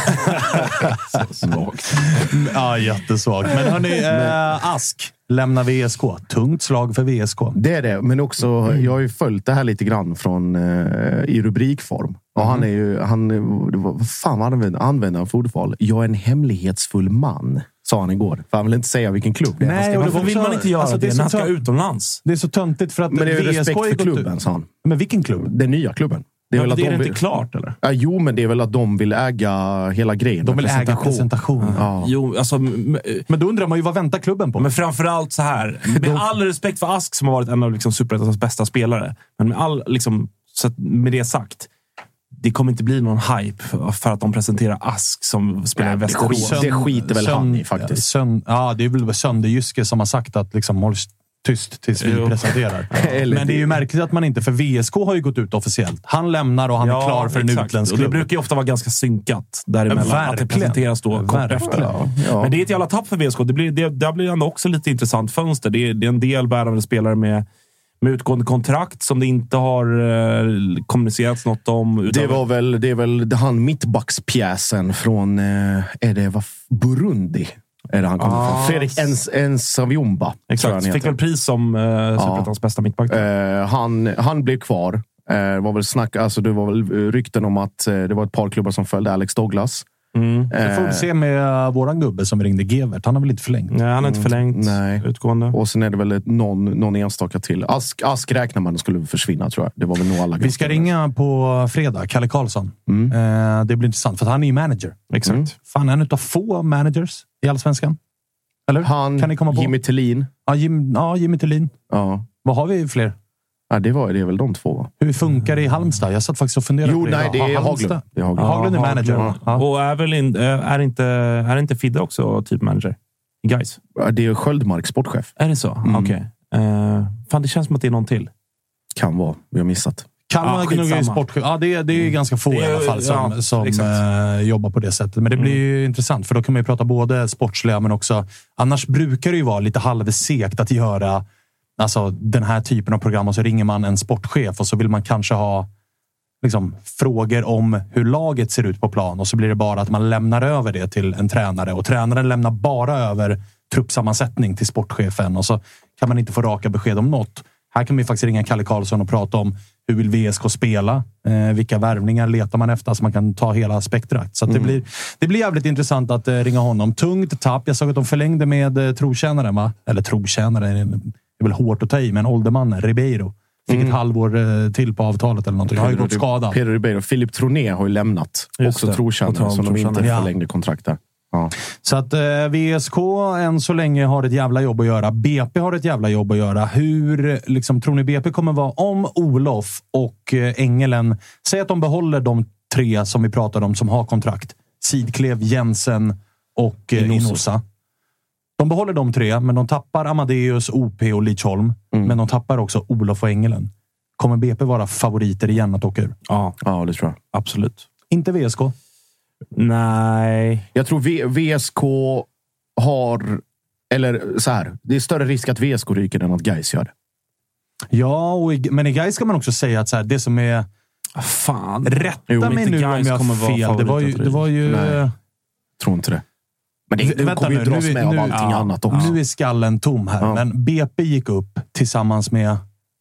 Så svagt. Ja, jättesvagt. Men hörni, Ask lämnar VSK. Tungt slag för VSK. Det är det, men också jag har ju följt det här lite grann från i rubrikform. Och han är ju, vad fan använder han för ordval? Jag är en hemlighetsfull man, sa han igår. För han vill inte säga vilken klubb det är. Nej, och då vill man inte göra det när han ska utomlands. Det är så töntigt för att men det är respekt för klubben, sa han. Men vilken klubb? Den nya klubben. Det är väl att det inte klart, eller? Ja, jo, men det är väl att de vill äga hela grejen. De vill äga presentation. Ja. Jo, alltså, men då undrar man ju, vad väntar klubben på? Men framförallt så här. Med all respekt för Ask som har varit en av liksom, Superettans bästa spelare. Men med, så med det sagt, det kommer inte bli någon hype för att de presenterar Ask som spelar i Västerås. Det skiter väl han i faktiskt. Ja, det är väl Sönderjyske som har sagt att liksom, håll tyst tills vi presenterar. Men det är ju märkligt att man inte, för VSK har ju gått ut officiellt. Han lämnar och han är klar för en utländsk klubb. Och det brukar ju ofta vara ganska synkat däremellan. Att det presenteras då kort efter. Ja. Men det är ett jävla tapp för VSK. Det blir ändå också lite intressant fönster. Det är en del bärande spelare med utgående kontrakt som det inte har kommunicerats något om. Det är väl han mittbackspjäsen från Burundi. Är det han kommer från? Fredrik Ensaviomba. Exakt, fick väl pris som Superettans bästa mittback. Han blev kvar. Var väl snack, alltså det var väl rykten om att det var ett par klubbar som följde Alex Douglas. Jag får se med våran gubbe som ringde Gevert. Han har väl inte förlängt? Nej, han har inte förlängt. Utgående. Och sen är det väl någon enstaka till. Ask räknar man skulle försvinna, tror jag. Det var väl nog alla. Vi ska ringa på fredag, Kalle Karlsson. Det blir intressant, för han är ju manager. Exakt. Fan, är en utav få managers i Allsvenskan. Eller? Han, kan ni komma på? Jimmy Thelin. Ja, Jimmy Thelin. Ja. Vad har vi fler? Ja, det är väl de 2. Hur funkar det i Halmstad? Jag satt faktiskt och funderade på det. Nej, det är Haglund. Haglund är manager. Ja. Och är inte Fidde också typ manager? Guys. Det är Sköldmark, sportchef. Är det så? Okej. Fan, det känns som att det är någon till. Kan vara. Vi har missat. Kalmar är sportchef. Ja, det är ganska få i alla fall som jobbar på det sättet. Men det blir ju intressant, för då kan man ju prata både sportsliga men också... Annars brukar det ju vara lite halvsekt att göra alltså den här typen av program, och så ringer man en sportchef och så vill man kanske ha liksom frågor om hur laget ser ut på plan, och så blir det bara att man lämnar över det till en tränare, och tränaren lämnar bara över truppsammansättning till sportchefen och så kan man inte få raka besked om något. Här kan vi faktiskt ringa Kalle Karlsson och prata om hur vill VSK spela? Vilka värvningar letar man efter så man kan ta hela spektrat. Så att det blir jävligt intressant att ringa honom. Tungt tapp. Jag såg att de förlängde med trotjänaren, va? Eller trotjänare är väl hårt att ta i, men åldermannen Ribeiro fick ett halvår till på avtalet eller någonting. Har ju gått skadad. Pedro Ribeiro. Philip Troné har ju lämnat. Just också trotjänare som de inte förlängde kontrakt där. Ja. Så att VSK än så länge har ett jävla jobb att göra. BP har ett jävla jobb att göra. Hur liksom, tror ni BP kommer vara om Olof och Engelen? Säg att de behåller de 3 som vi pratade om som har kontrakt. Sidklev, Jensen och Inosa. De behåller de 3, men de tappar Amadeus, OP och Lidsholm. Men de tappar också Olof och Engelen. Kommer BP vara favoriter igen att åka ur? Ja, det tror jag. Absolut. Inte VSK? Nej. Jag tror VSK har... Eller så här. Det är större risk att VSK ryker än att Gais gör det. Ja, men i Gais ska man också säga att så här, det som är... Fan. Rätta mig nu om jag har fel. Det var ju... Nej, tror inte det. Men det kommer ju dras med av allting annat också. Nu är skallen tom här. Ja. Men BP gick upp tillsammans med...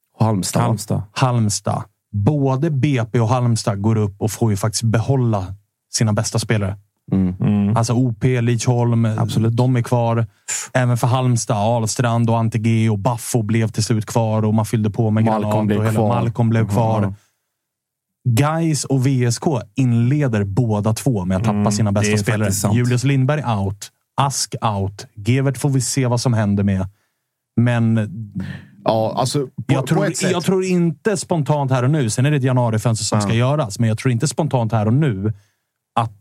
Halmstad. Både BP och Halmstad går upp och får ju faktiskt behålla sina bästa spelare. Alltså OP, Lidsholm, absolut. De är kvar. Även för Halmstad, Ahlstrand och Antege och Baffo blev till slut kvar och man fyllde på med Malcolm blev kvar. Gais och VSK inleder båda två med att tappa sina bästa spelare. Julius Lindberg out, Ask out, Gevert får vi se vad som händer med. Men ja, alltså, jag tror inte spontant här och nu, sen är det ett januarifönster som ska göras, men jag tror inte spontant här och nu att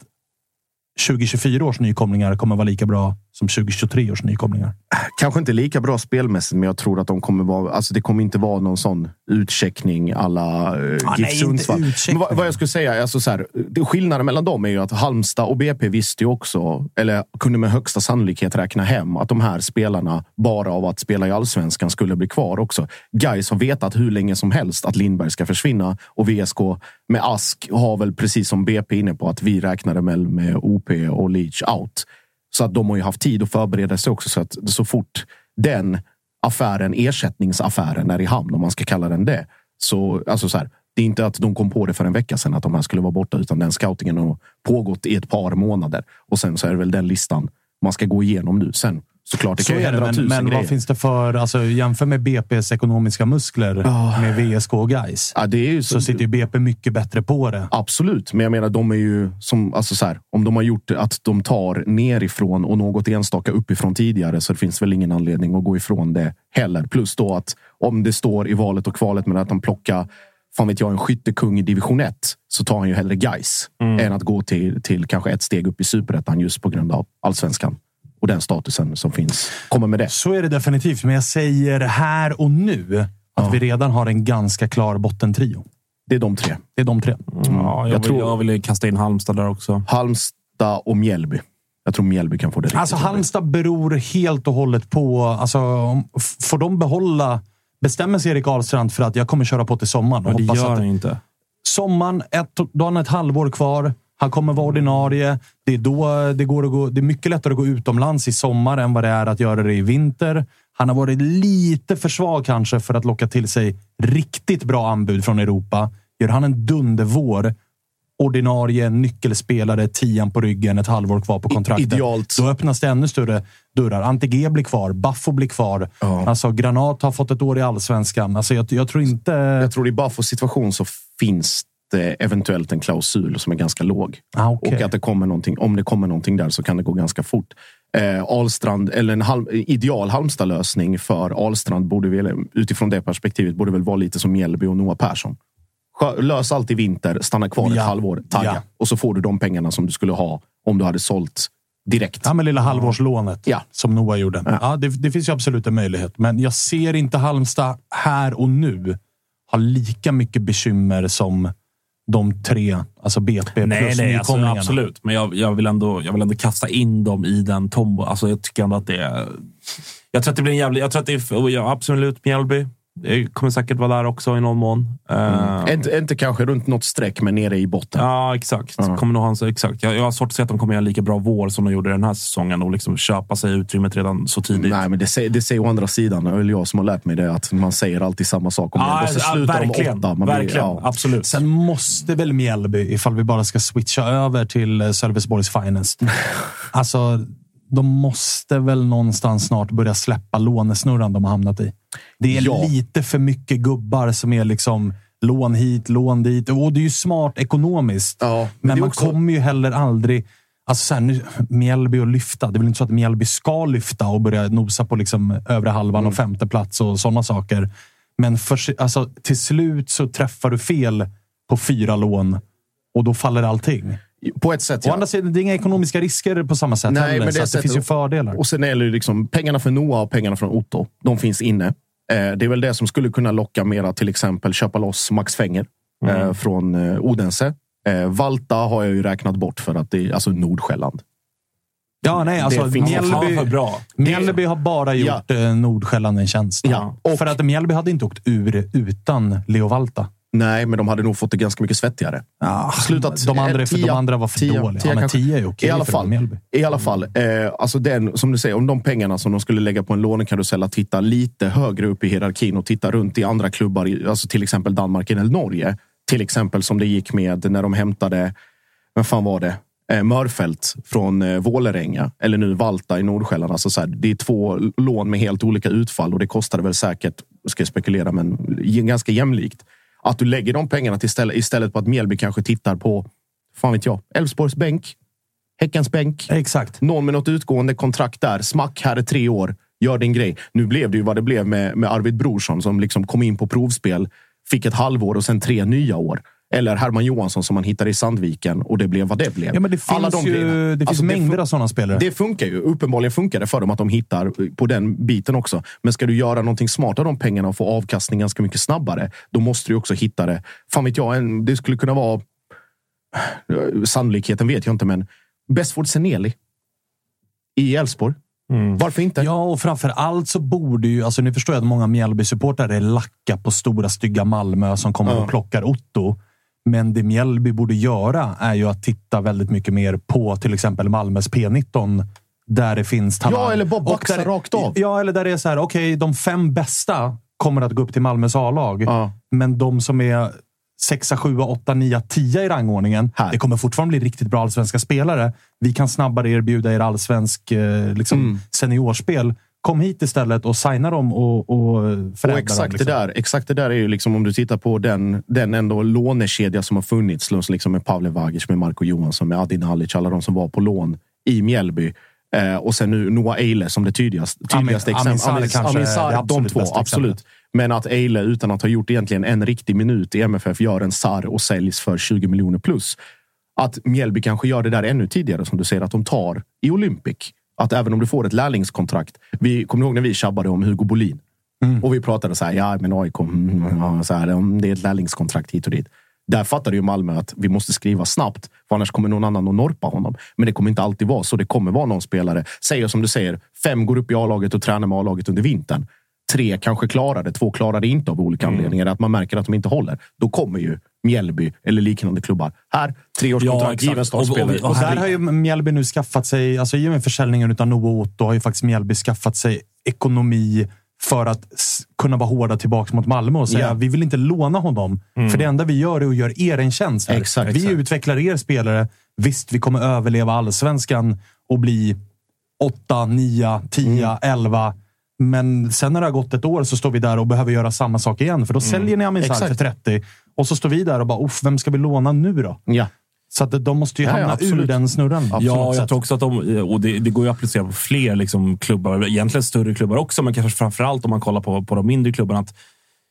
2024 års nykomlingar kommer vara lika bra som 2023 års nykomlingar. Kanske inte lika bra spelmässigt, men jag tror att de kommer vara... Alltså det kommer inte vara någon sån utcheckning alla GIF Sundsvall. Vad jag skulle säga, alltså så här, skillnaden mellan dem är ju att Halmstad och BP visste ju också, eller kunde med högsta sannolikhet räkna hem att de här spelarna bara av att spela i Allsvenskan skulle bli kvar också. Gais har vetat hur länge som helst att Lindberg ska försvinna och VSK med Ask har väl precis som BP inne på att vi räknade med OP och Leach out. Så att de har ju haft tid att förbereda sig också, så att så fort den affären, ersättningsaffären är i hamn, om man ska kalla den det, så alltså så här, det är inte att de kom på det för en vecka sedan att de här skulle vara borta, utan den scoutingen har pågått i ett par månader och sen så är det väl den listan man ska gå igenom nu. Sen såklart det kan ju hända tusen grejer. Men vad finns det för, alltså jämför med BP:s ekonomiska muskler med VSK och Gais. Ja, det är ju så sitter ju BP mycket bättre på det. Absolut, men jag menar de är ju som, alltså så här, om de har gjort att de tar nerifrån och något enstaka uppifrån tidigare, så det finns väl ingen anledning att gå ifrån det heller. Plus då att om det står i valet och kvalet med att de plockar, fan vet jag, en skyttekung i division 1, så tar han ju hellre Gais än att gå till kanske ett steg upp i Superettan just på grund av Allsvenskan. Och den statusen som finns kommer med det. Så är det definitivt. Men jag säger här och nu att vi redan har en ganska klar bottentrio. Det är de tre. Ja, jag vill kasta in Halmstad där också. Halmstad och Mjällby. Jag tror Mjällby kan få det riktigt. Alltså Halmstad beror helt och hållet på... Alltså, får de behålla... Bestämmer sig Erik Ahlstrand för att jag kommer köra på till sommaren. Och det gör han inte. Sommaren, då har han ett halvår kvar. Han kommer vara ordinarie. Det är då det är mycket lättare att gå utomlands i sommar än vad det är att göra det i vinter. Han har varit lite för svag kanske för att locka till sig riktigt bra anbud från Europa. Gör han en dundervår, ordinarie nyckelspelare, 10 på ryggen, ett halvår kvar på kontraktet. Idealt. Då öppnas det ännu större dörrar. Antege blir kvar, Baffo blir kvar. Alltså Granat har fått ett år i Allsvenskan. Alltså jag tror inte... Jag tror i Baffos situation så finns eventuellt en klausul som är ganska låg. Okay. Och att det kommer någonting, om det kommer någonting där så kan det gå ganska fort. Ahlstrand, eller en ideal Halmstad-lösning för Ahlstrand borde väl, utifrån det perspektivet, borde väl vara lite som Mjällby och Noah Persson. Lös allt i vinter, stanna kvar ett halvår, tagga. Ja. Och så får du de pengarna som du skulle ha om du hade sålt direkt. Ja, med lilla halvårslånet som Noah gjorde. Ja, det finns ju absolut en möjlighet. Men jag ser inte Halmstad här och nu ha lika mycket bekymmer som de tre, alltså BP plus nykomlingarna. Alltså, absolut. Men jag vill ändå kasta in dem i den tombo. Alltså jag tycker ändå att det är... Jag tror att det blir en jävla... Jag tror att det är absolut Mjällby. Det kommer säkert vara där också i någon mån. Inte kanske runt något streck, men nere i botten. Ja, exakt. Kommer nog han exakt. Jag har svårt att se att de kommer göra lika bra vår som de gjorde den här säsongen och liksom köpa sig utrymmet redan så tidigt. Nej, men det säger å andra sidan. Det är jag som har lärt mig det, att man säger alltid samma sak om det. Så slutar verkligen, de 8. Verkligen, absolut. Sen måste väl Mjällby, ifall vi bara ska switcha över till Sölvesborgs Finest. Alltså, de måste väl någonstans snart börja släppa lånesnurran de har hamnat i. Det är lite för mycket gubbar som är liksom lån hit, lån dit. Och det är ju smart ekonomiskt. Ja, men man också kommer ju heller aldrig... Alltså så här, nu, Mjällby och lyfta. Det är väl inte så att Mjällby ska lyfta och börja nosa på liksom övre halvan och 5:e plats och sådana saker. Men alltså, till slut så träffar du fel på 4 lån och då faller allting. På ett sätt, Å andra sidan, det är inga ekonomiska risker på samma sätt. Nej, men det finns ju fördelar. Och sen är det liksom pengarna för Noah och pengarna från Otto. De finns inne. Det är väl det som skulle kunna locka mera, till exempel köpa loss Max Fenger från Odense. Valta har jag ju räknat bort för att det är alltså Nordsjälland. Ja, nej, alltså Mjällby har bara gjort Nordsjälland en tjänst. Ja. Och för att Mjällby hade inte åkt ur utan Leo Valta. Nej, men de hade nog fått det ganska mycket svettigare. Ja, de andra var för dåliga. Men 10 är okej. I alla fall, alltså den, som du säger, om de pengarna som de skulle lägga på en lånekarusell, att titta lite högre upp i hierarkin och titta runt i andra klubbar, alltså till exempel Danmark eller Norge. Till exempel som det gick med när de hämtade, vad fan var det? Mörfält från Vålerenga, eller nu Valta i Nordsjälland. Alltså så här, det är 2 lån med helt olika utfall och det kostade väl säkert, ska jag spekulera, men ganska jämlikt. Att du lägger de pengarna till istället på att Mjällby kanske tittar på, fan vet jag, Elfsborgs bänk, Häckens bänk. Exakt. Någon med något utgående kontrakt där. Smack, här är 3 år. Gör din grej. Nu blev det ju vad det blev med Arvid Brorsson som liksom kom in på provspel, fick ett halvår och sen 3 nya år. Eller Herman Johansson som man hittade i Sandviken och det blev vad det blev. Ja, men det finns mängder av sådana spelare. Det funkar ju. Uppenbarligen funkar det för dem att de hittar på den biten också. Men ska du göra någonting smart av de pengarna och få avkastning ganska mycket snabbare, då måste du också hitta det. Fan vet jag, det skulle kunna vara, sannolikheten vet jag inte, men Besford Seneli i Elfsborg. Varför inte? Ja, och framför allt så borde ju, alltså nu förstår jag att många Mjällby-supportare lackar på stora stygga Malmö som kommer och plockar Otto. Men det Mjällby borde göra är ju att titta väldigt mycket mer på till exempel Malmös P19 där det finns talang. Ja, eller bara boxa rakt av. Ja, eller där det är så här, okej, de 5 bästa kommer att gå upp till Malmös A-lag. Men de som är 6, 7, 8, 9, 10 i rangordningen, det kommer fortfarande bli riktigt bra allsvenska spelare. Vi kan snabbare erbjuda er allsvensk seniorspel. Kom hit istället och signa dem och förädla exakt dem. Liksom. Exakt det där är ju liksom, om du tittar på den ändå lånekedja som har funnits liksom med Pavle Vagic, med Marko Johansson, med Adin Halic, alla de som var på lån i Mjällby. Och sen nu Noah Eile som det tydligaste exemplet. Amin Sarr, de 2, absolut. Exempel. Men att Eile utan att ha gjort egentligen en riktig minut i MFF gör en Sarr och säljs för 20 miljoner plus. Att Mjällby kanske gör det där ännu tidigare, som du säger, att de tar i Olympic. Att även om du får ett lärlingskontrakt. Vi kommer ihåg när vi tjabbade om Hugo Bolin. Och vi pratade så här, ja men AIK, så här, om det är ett lärlingskontrakt hit och dit. Där fattade ju Malmö att vi måste skriva snabbt, för annars kommer någon annan att norpa honom. Men det kommer inte alltid vara så. Det kommer vara någon spelare, säger som du säger, 5 går upp i A-laget och tränar med A-laget under vintern. 3 kanske klarar det, 2 klarar det inte av olika anledningar. Att man märker att de inte håller. Då kommer ju Mjällby eller liknande klubbar. Här, 3-årskontrakt, given startspelare. Och där har ju Mjällby nu skaffat sig, alltså i och med försäljningen utan Noah Otto har ju faktiskt Mjällby skaffat sig ekonomi för att kunna vara hårda tillbaka mot Malmö och säga vi vill inte låna honom. För det enda vi gör är att göra er en tjänst här. Exakt. Vi utvecklar er spelare. Visst, vi kommer överleva allsvenskan och bli 8, 9, 10, 11. Men sen när det har gått ett år så står vi där och behöver göra samma sak igen. För då säljer ni Amin Sarr för 30. Och så står vi där och bara, vem ska vi låna nu då? Ja. Så att de måste ju hamna ur den snurran. Ja, jag tror också att och det går ju att applicera på fler liksom, klubbar. Egentligen större klubbar också, men kanske framförallt om man kollar på de mindre klubbarna. Att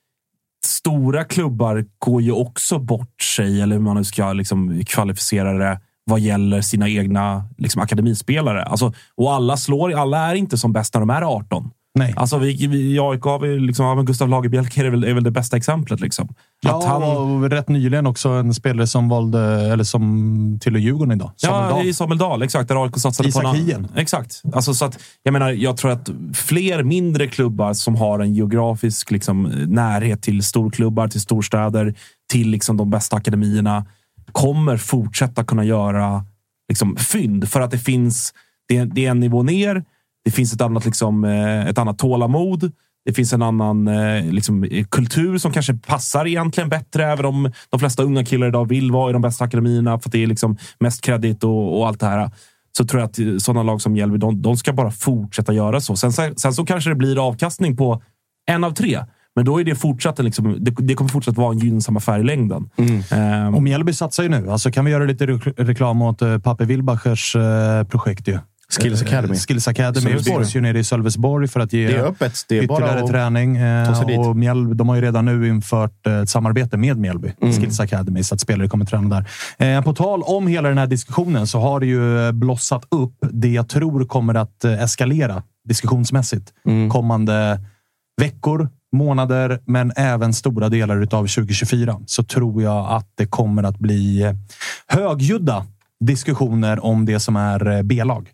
stora klubbar går ju också bort sig, eller hur man nu ska liksom, kvalificera det vad gäller sina egna liksom, akademispelare. Alltså, och alla är inte som bäst när de är 18. Nej. Alltså i AIK har vi liksom, Gustav Lagerbielke är väl det bästa exemplet liksom. Ja, han var rätt nyligen också en spelare som valde, eller som till Djurgården idag. I Samuel Dahl, exakt. Där AIK satsade Isak på Hien. Exakt. Alltså, så att, jag tror att fler mindre klubbar som har en geografisk liksom, närhet till storklubbar, till storstäder, till liksom, de bästa akademierna kommer fortsätta kunna göra liksom, fynd. För att det är en nivå ner. Det finns ett annat tålamod. Det finns en annan kultur som kanske passar egentligen bättre, även om de flesta unga killar idag vill vara i de bästa akademierna för att det är liksom mest kredit och allt det här. Så tror jag att sådana lag som Mjällby, de ska bara fortsätta göra så. Sen så kanske det blir avkastning på 1 av 3. Men då är det fortsatt det kommer fortsatt vara en gynnsam affär i längden. Och Mjällby satsar ju nu. Alltså kan vi göra lite reklam åt Pape Wilbachers projekt ju. Skills Academy finns ju nere i Sölvesborg för att ge det är öppet. Det är ytterligare träning. Och Mjällby, de har ju redan nu infört ett samarbete med Mjällby. Skills Academy, så att spelare kommer träna där. På tal om hela den här diskussionen så har det ju blossat upp det jag tror kommer att eskalera diskussionsmässigt kommande veckor, månader, men även stora delar utav 2024. Så tror jag att det kommer att bli högljudda diskussioner om det som är B-lag.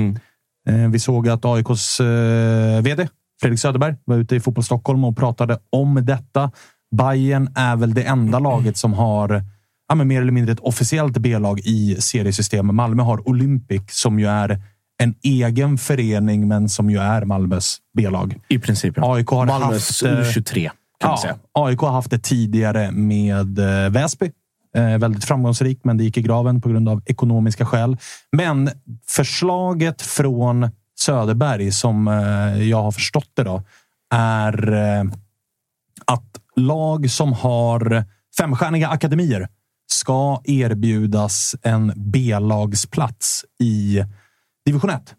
Vi såg att AIKs vd Fredrik Söderberg var ute i Fotboll Stockholm och pratade om detta. Bayern är väl det enda laget som har mer eller mindre ett officiellt B-lag i seriesystemet. Malmö har Olympic som ju är en egen förening, men som ju är Malmös B-lag. I princip, ja. AIK har Malmös U23 kan man säga. AIK har haft det tidigare med Väsby. Väldigt framgångsrik, men det gick i graven på grund av ekonomiska skäl. Men förslaget från Söderberg, som jag har förstått det då, är att lag som har 5-stjärniga akademier ska erbjudas en B-lagsplats i division 1.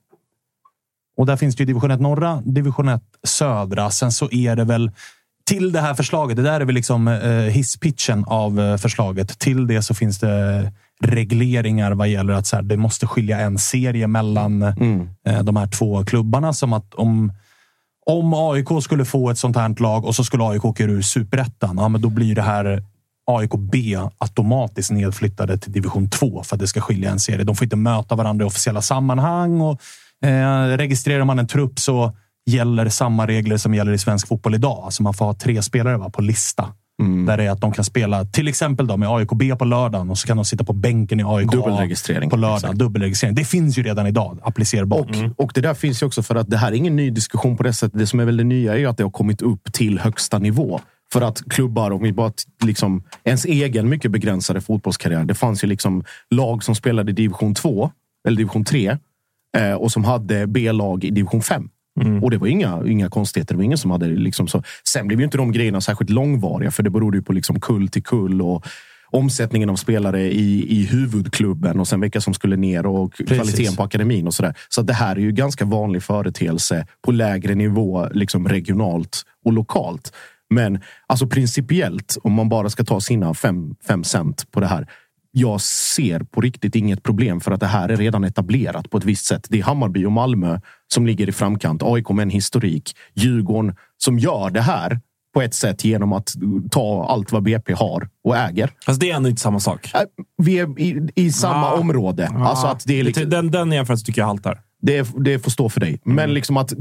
Och där finns det ju division 1 norra, division 1 södra. Sen så är det väl till det här förslaget, det där är väl liksom hisspitchen av förslaget. Till det så finns det regleringar vad gäller att så här, det måste skilja en serie mellan de här 2 klubbarna. Som att om AIK skulle få ett sånt här lag och så skulle AIK åka ur Superettan, men då blir det här AIK B automatiskt nedflyttade till division 2 för att det ska skilja en serie. De får inte möta varandra i officiella sammanhang och registrerar man en trupp så gäller samma regler som gäller i svensk fotboll idag. Alltså man får ha 3 spelare på lista. Där det är att de kan spela till exempel då med AIK B på lördagen och så kan de sitta på bänken i AIK dubbelregistrering på lördag. Exakt. Dubbelregistrering. Det finns ju redan idag applicerbart. Och det där finns ju också för att det här är ingen ny diskussion på det sättet. Det som är väl det nya är ju att det har kommit upp till högsta nivå. För att klubbar, om vi bara liksom ens egen mycket begränsade fotbollskarriär. Det fanns ju liksom lag som spelade i division 2 eller division 3 och som hade B-lag i division 5. Och det var inga konstigheter. Det var ingen som hade liksom så. Sen blev ju inte de grejerna särskilt långvariga, för det berodde ju på liksom kull till kull och omsättningen av spelare i huvudklubben och sen vilka som skulle ner och kvaliteten på akademin och sådär. Så att det här är ju ganska vanlig företeelse på lägre nivå, liksom regionalt och lokalt. Men alltså principiellt, om man bara ska ta sina 5 cent på det här, jag ser på riktigt inget problem, för att det här är redan etablerat på ett visst sätt. Det är Hammarby och Malmö som ligger i framkant. AIK med en historik. Djurgården som gör det här på ett sätt genom att ta allt vad BP har och äger. Fast det är ändå inte samma sak. Vi är i samma område. Alltså att det är liksom, den jämförelsen tycker jag haltar. Det får stå för dig. Men liksom att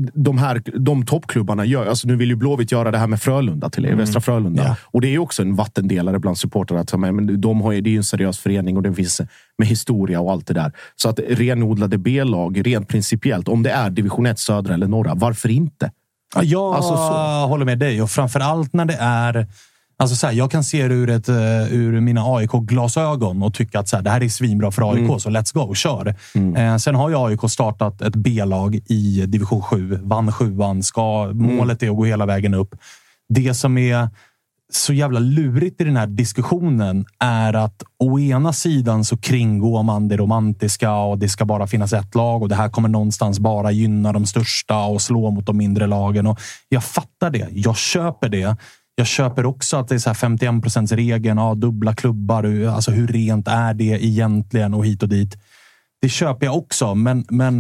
de toppklubbarna gör, alltså nu vill ju Blåvitt göra det här med Frölunda till Västra Frölunda. Ja. Och det är ju också en vattendelare bland supportrar att ta med. Men det är ju en seriös förening och det finns med historia och allt det där. Så att renodlade B-lag, rent principiellt, om det är division 1 södra eller norra, varför inte? Ja, jag håller med dig, och framförallt när det är alltså så här, jag kan se det ur mina AIK-glasögon och tycka att så här, det här är svinbra för AIK, så let's go, kör. Sen har ju AIK startat ett B-lag i division 7, vann 7an, målet är att gå hela vägen upp. Det som är så jävla lurigt i den här diskussionen är att å ena sidan så kringgår man det romantiska och det ska bara finnas ett lag och det här kommer någonstans bara gynna de största och slå mot de mindre lagen. Och jag fattar det, jag köper det. Jag köper också att det är så här 51%-regeln, dubbla klubbar, alltså hur rent är det egentligen och hit och dit. Det köper jag också, men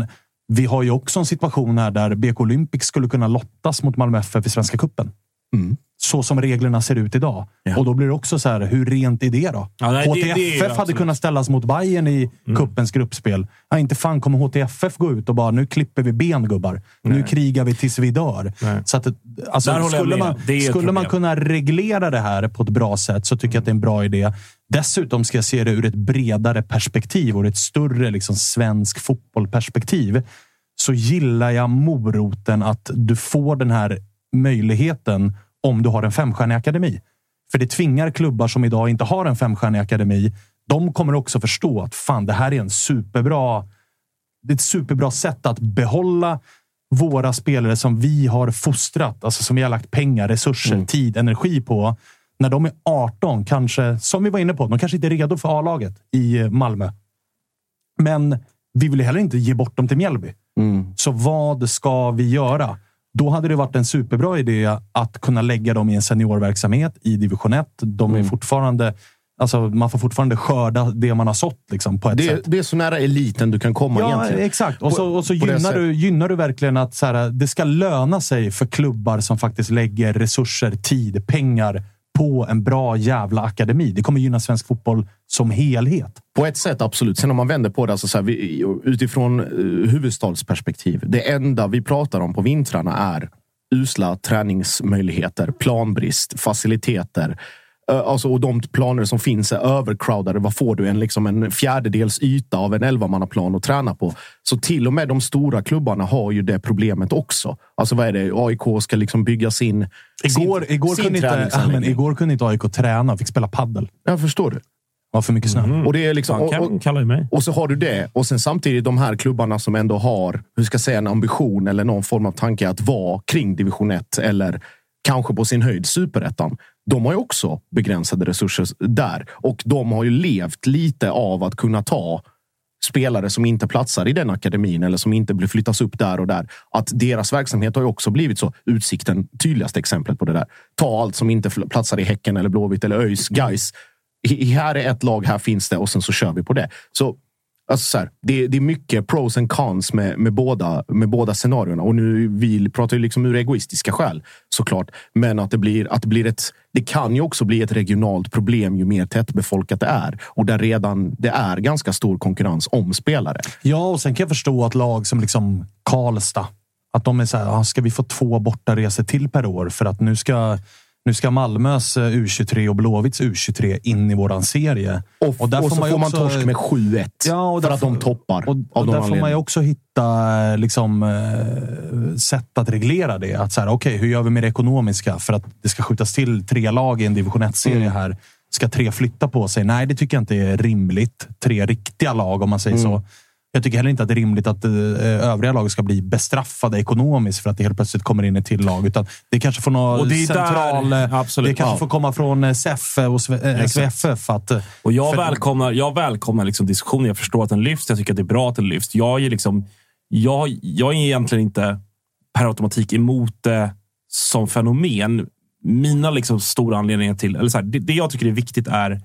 vi har ju också en situation här där BK Olympic skulle kunna lottas mot Malmö FF i Svenska cupen. Så som reglerna ser ut idag. Ja. Och då blir det också så här, hur rent är det då? Ja, nej, HTFF hade kunnat ställas mot Bayern i cupens gruppspel. Ja, inte fan kommer HTFF gå ut och bara, nu klipper vi ben, gubbar. Nu krigar vi tills vi dör. Så att, alltså, skulle man kunna reglera det här på ett bra sätt, så tycker jag att det är en bra idé. Dessutom ska jag se det ur ett bredare perspektiv och ett större liksom, svensk fotbollperspektiv. Så gillar jag moroten att du får den här möjligheten om du har en 5-stjärnig akademi. För det tvingar klubbar som idag inte har en 5-stjärnig akademi. De kommer också förstå att fan, det här är det är ett superbra sätt att behålla våra spelare som vi har fostrat. Alltså som vi har lagt pengar, resurser, tid, energi på. När de är 18, kanske, som vi var inne på, de kanske inte är redo för A-laget i Malmö. Men vi vill heller inte ge bort dem till Mjällby. Så vad ska vi göra? Då hade det varit en superbra idé att kunna lägga dem i en seniorverksamhet i division 1. De är fortfarande, alltså man får fortfarande skörda det man har sått liksom, på ett sätt. Det är så nära eliten du kan komma egentligen. Ja, exakt. Och så gynnar du verkligen att så här, det ska löna sig för klubbar som faktiskt lägger resurser, tid, pengar på en bra jävla akademi. Det kommer gynna svensk fotboll som helhet. På ett sätt, absolut. Sen om man vänder på det, alltså så här, utifrån huvudstadsperspektiv. Det enda vi pratar om på vintrarna är usla träningsmöjligheter, planbrist, faciliteter. Alltså, och de planer som finns är övercrowdade. Vad får du? En fjärdedels yta av en 11-mannaplan att träna på. Så till och med de stora klubbarna har ju det problemet också. Alltså vad är det? AIK ska liksom bygga sin Igår kunde inte AIK träna. Fick spela paddel. Jag förstår du. Var för mycket snö. Och det är liksom, och så har du det. Och sen samtidigt de här klubbarna som ändå har, hur ska jag säga, en ambition eller någon form av tanke att vara kring division 1 eller kanske på sin höjd superettan. De har ju också begränsade resurser där. Och de har ju levt lite av att kunna ta spelare som inte platsar i den akademin eller som inte blir flyttas upp där och där. Att deras verksamhet har ju också blivit så. Utsikten, tydligaste exemplet på det där. Ta allt som inte platsar i Häcken eller Blåvitt eller ÖIS, Gais. Här är ett lag, här finns det och sen så kör vi på det. Så alltså så här, det är mycket pros and cons med båda scenarierna. Och nu vi pratar ju liksom ur egoistiska skäl såklart. Men att det kan ju också bli ett regionalt problem ju mer tättbefolkat det är. Och där redan det är ganska stor konkurrens om spelare. Ja, och sen kan jag förstå att lag som liksom Karlstad, att de är så här, ska vi få 2 bortaresor till per år för att nu ska Malmös U23 och Blåvitts U23 in i våran serie. Och där får man torsk med 7-1 för att de toppar. Och där får man ju också hitta liksom, sätt att reglera det. Att så här, okej, hur gör vi med det ekonomiska? För att det ska skjutas till 3 lag i en division 1-serie här. Ska 3 flytta på sig? Nej, det tycker jag inte är rimligt. 3 riktiga lag, om man säger så. Jag tycker heller inte att det är rimligt att övriga lag ska bli bestraffade ekonomiskt för att det helt plötsligt kommer in ett till lag. Utan det kanske får något central... Det kanske får komma från CF och SVFF. Och jag välkomnar liksom diskussionen. Jag förstår att den lyfts. Jag tycker att det är bra att den lyfts. Jag är egentligen inte per automatik emot det som fenomen. Mina liksom stora anledningar till... Eller så här, det jag tycker är viktigt är...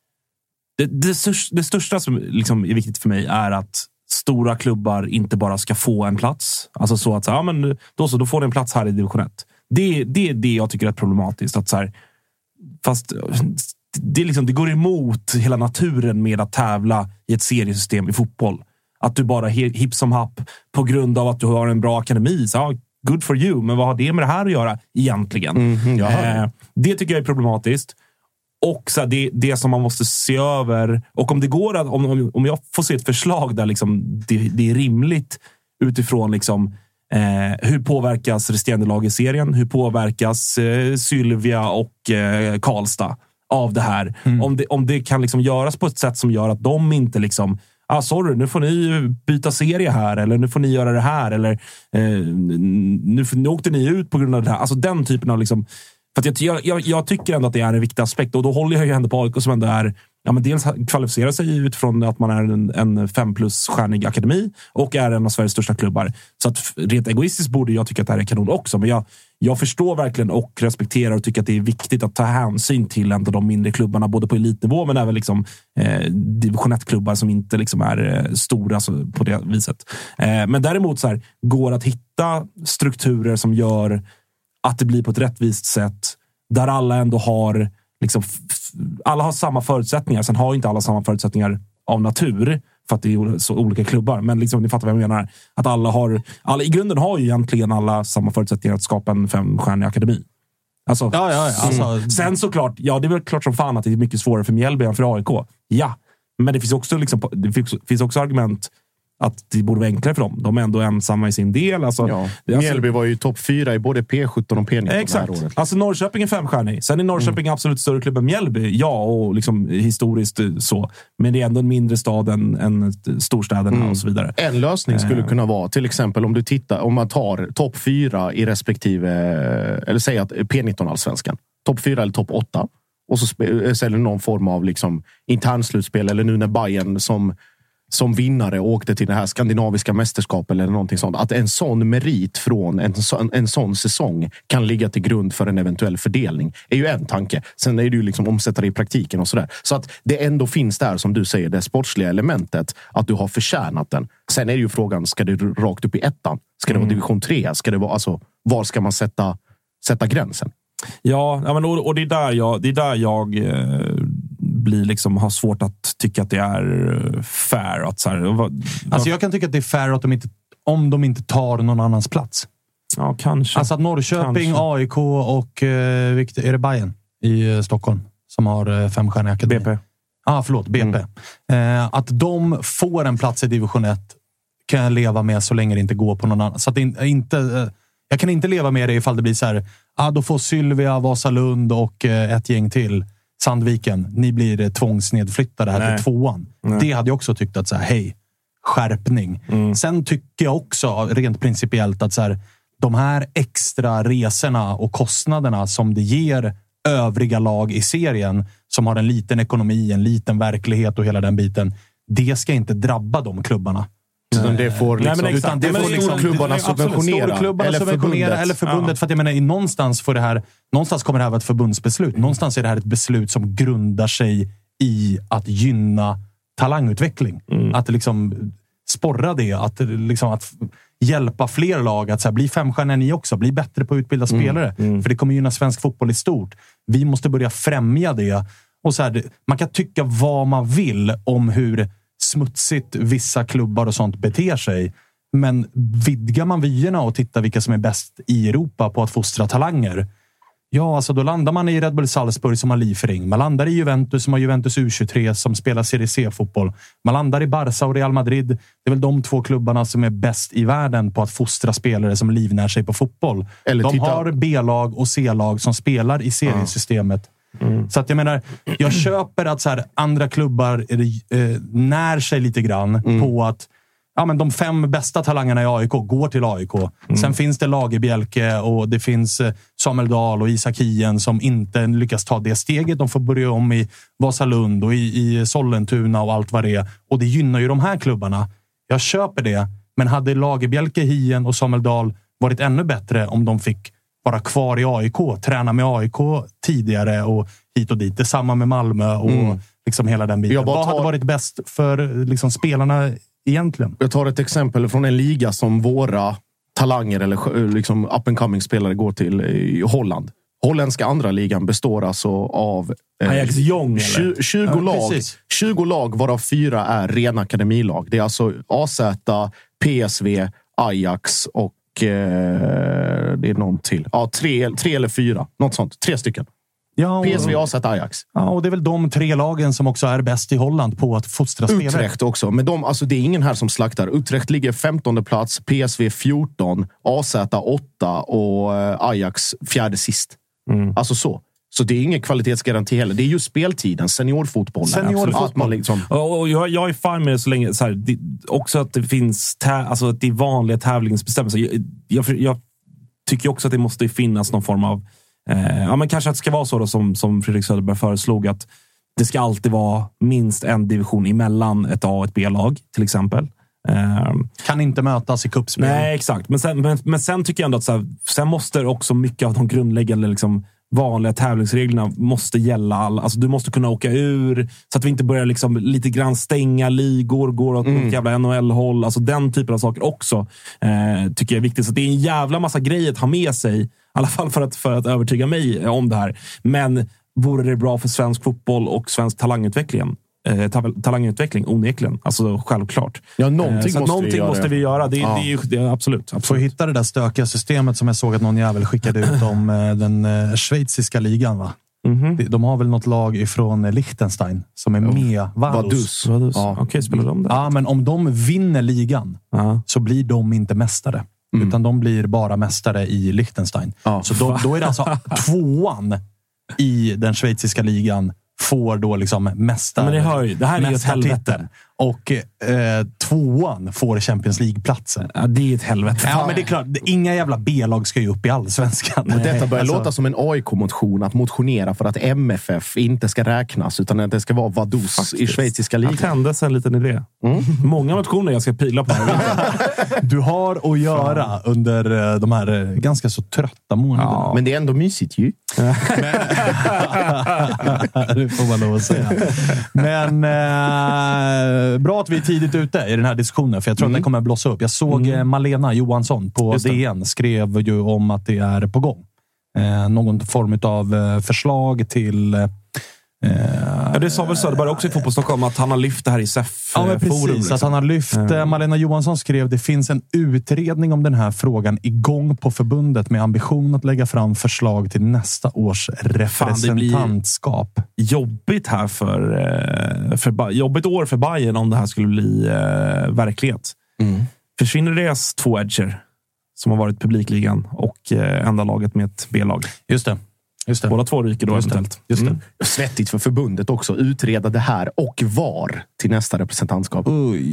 Det största som liksom är viktigt för mig är att stora klubbar inte bara ska få en plats. Alltså så att då får du en plats här i division 1. Det är det jag tycker är problematiskt. Att så här, fast det, liksom, det går emot hela naturen med att tävla i ett seriesystem i fotboll. Att du bara hipp som happ på grund av att du har en bra akademi. Så, good for you, men vad har det med det här att göra egentligen? Det tycker jag är problematiskt. Och så det som man måste se över, och om det går att, om jag får se ett förslag där liksom det är rimligt utifrån liksom, hur påverkas resterande lag i serien, hur påverkas Sylvia och Karlstad av det här, om det kan liksom göras på ett sätt som gör att de inte liksom, sorry, nu får ni byta serie här, eller nu får ni göra det här, eller nu åkte ni ut på grund av det här, alltså den typen av liksom. För att jag tycker ändå att det är en viktig aspekt. Och då håller jag ju ändå på AIK som ändå är ja, men dels kvalificerar sig utifrån att man är en 5+-stjärnig akademi och är en av Sveriges största klubbar. Så att rent egoistiskt borde jag tycka att det här är kanon också. Men jag förstår verkligen och respekterar och tycker att det är viktigt att ta hänsyn till ändå de mindre klubbarna, både på elitnivå men även liksom, division 1-klubbar som inte liksom är stora så, på det viset. Men däremot så här, går att hitta strukturer som gör att det blir på ett rättvist sätt där alla ändå har liksom, alla har samma förutsättningar. Sen har inte alla samma förutsättningar av natur för att det är så olika klubbar. Men liksom, ni fattar vad jag menar. Att alla i grunden har ju egentligen alla samma förutsättningar att skapa en 5-stjärnig akademi. Alltså, alltså, sen såklart, det är väl klart som fan att det är mycket svårare för Mjällby än för AIK. Ja, men det finns också, liksom, finns också argument att det borde vara enklare för dem. De är ändå ensamma i sin del. Alltså, Mjällby var ju topp 4 i både P17 och P19. Exakt. Alltså Norrköping är 5-stjärnig. Sen är Norrköping absolut större klubb än Mjällby. Ja, och liksom historiskt så. Men det är ändå en mindre stad än storstäderna och så vidare. En lösning skulle kunna vara, till exempel om man tar topp 4 i respektive, eller säg att P19-allsvenskan. Topp 4 eller topp 8. Och så säljer någon form av liksom internslutspel, eller nu när Bayern som vinnare åkte till det här skandinaviska mästerskapet eller någonting sånt. Att en sån merit från en sån säsong kan ligga till grund för en eventuell fördelning är ju en tanke. Sen är det ju liksom omsätta det i praktiken och sådär. Så att det ändå finns där, som du säger, det sportsliga elementet att du har förtjänat den. Sen är det ju frågan, ska det rakt upp i ettan? Ska det vara division 3? Ska det vara, alltså, var ska man sätta gränsen? Ja, men och det är där jag blir liksom, har svårt att tycka att det är fair. Att så här, alltså jag kan tycka att det är fair att om de inte tar någon annans plats. Ja, kanske. Alltså att Norrköping, AIK och är det Bayern i Stockholm som har 5-stjärniga akademi? BP. BP. Att de får en plats i division 1 kan jag leva med så länge det inte går på någon annan. Så att jag kan inte leva med det ifall det blir så här, då får Sylvia, Vasalund och ett gäng till Sandviken, ni blir tvångsnedflyttade här till 2:an. Det hade jag också tyckt att så här, hej, skärpning. Sen tycker jag också rent principiellt att så här, de här extra resorna och kostnaderna som det ger övriga lag i serien som har en liten ekonomi, en liten verklighet och hela den biten, det ska inte drabba de klubbarna. Utan det får storklubbarna subventionera. Eller förbundet. För att jag menar, någonstans kommer det här vara ett förbundsbeslut. Någonstans är det här ett beslut som grundar sig i att gynna talangutveckling. Att liksom sporra det. Att hjälpa fler lag att så här, bli 5-stjärniga ni också. Bli bättre på att utbilda spelare. För det kommer gynna svensk fotboll i stort. Vi måste börja främja det. Och så här, man kan tycka vad man vill om hur smutsigt vissa klubbar och sånt beter sig. Men vidgar man vyerna och tittar vilka som är bäst i Europa på att fostra talanger, ja, alltså då landar man i Red Bull Salzburg som har Liefering. Man landar i Juventus som har Juventus U23 som spelar Serie C-fotboll. Man landar i Barca och Real Madrid. Det är väl de 2 klubbarna som är bäst i världen på att fostra spelare som livnär sig på fotboll. De har B-lag och C-lag som spelar i seriesystemet. Så att jag menar, jag köper att så här, andra klubbar när sig lite grann på att men de 5 bästa talangerna i AIK går till AIK. Sen finns det Lagerbielke och det finns Samuel Dahl och Isak Hien som inte lyckas ta det steget. De får börja om i Vasalund och i Sollentuna och allt vad det är. Och det gynnar ju de här klubbarna. Jag köper det. Men hade Lagerbielke, Hien och Samuel Dahl varit ännu bättre om de fick vara kvar i AIK, träna med AIK tidigare och hit och dit. Detsamma med Malmö och liksom hela den biten. Vad hade varit bäst för liksom spelarna egentligen? Jag tar ett exempel från en liga som våra talanger eller liksom up and coming spelare går till i Holland. Holländska andra ligan består alltså av Ajax Jong, 20 lag varav 4 är rena akademilag. Det är alltså AZ, PSV, Ajax och det är någon till. Ja, 3 eller 4. Något sånt. 3 stycken. Ja, PSV, AZ, Ajax. Ja, och det är väl de 3 lagen som också är bäst i Holland på att fostra spelare. Utrecht också. Men det är ingen här som slaktar. Utrecht ligger 15:e plats, PSV 14, AZ 8 och Ajax 4:e sist. Alltså så. Så det är ingen kvalitetsgaranti heller. Det är ju speltiden, seniorfotbollen. Och jag är fan med det så länge. Så här, också att det finns att det är vanliga tävlingsbestämmelser. Jag tycker också att det måste finnas någon form av men kanske att det ska vara så då, som Fredrik Söderberg föreslog, att Det ska alltid vara minst en division emellan ett A- och ett B-lag, till exempel. Kan inte mötas i cupspel. Nej, exakt. Men sen tycker jag ändå att sen måste också mycket av de grundläggande liksom, vanliga tävlingsreglerna måste gälla alla. Alltså, du måste kunna åka ur så att vi inte börjar liksom, lite grann stänga ligor, går åt något jävla NHL-håll. Alltså den typen av saker också tycker jag är viktigt. Så det är en jävla massa grejer att ha med sig. I alla fall för att övertyga mig om det här. Men vore det bra för svensk fotboll och svensk talangutveckling onekligen. Alltså självklart. Ja, någonting måste vi göra. Det är absolut. Får hitta det där stökiga systemet som jag såg att någon jävel skickade ut om den schweiziska ligan, va? De har väl något lag ifrån Liechtenstein som är med Vaduz. Ja. Okej, spelar de där? Ja, men om de vinner ligan så blir de inte mästare. Utan de blir bara mästare i Liechtenstein. Så då är det alltså tvåan i den schweiziska ligan får då liksom mästare. Men det här är ju ett helvete. Och tvåan får Champions League-platsen. Ja, det är ett helvete. Ja, men det är klart. Inga jävla B-lag ska ju upp i allsvenskan. Detta börjar låta som en AIK-motion att motionera för att MFF inte ska räknas, utan att det ska vara Vaduz i schweiziska ligan. Det tändes en liten idé. Många motioner jag ska pila på. Du har att göra under de här ganska så trötta månaderna. Ja. Men det är ändå mysigt ju. Det får man lov att säga. Men bra att vi är tidigt ute i den här diskussionen, för jag tror att den kommer att blossa upp. Jag såg Malena Johansson på DN skrev ju om att det är på gång. Någon form av förslag till... det sa väl Söderberg också i Fotboll Stockholm att han har lyft det här i SEF-forum. Ja, precis. Liksom. Att han har lyft... Malena Johansson skrev det finns en utredning om den här frågan igång på förbundet med ambition att lägga fram förslag till nästa års representantskap. Jobbigt här jobbigt år för Bayern om det här skulle bli verklighet. Försvinner deras 2 edger som har varit publikligan och enda laget med ett B-lag. Just det. Båda 2 ryker då eventuellt. Svettigt för förbundet också. Utreda det här och VAR till nästa representantskap.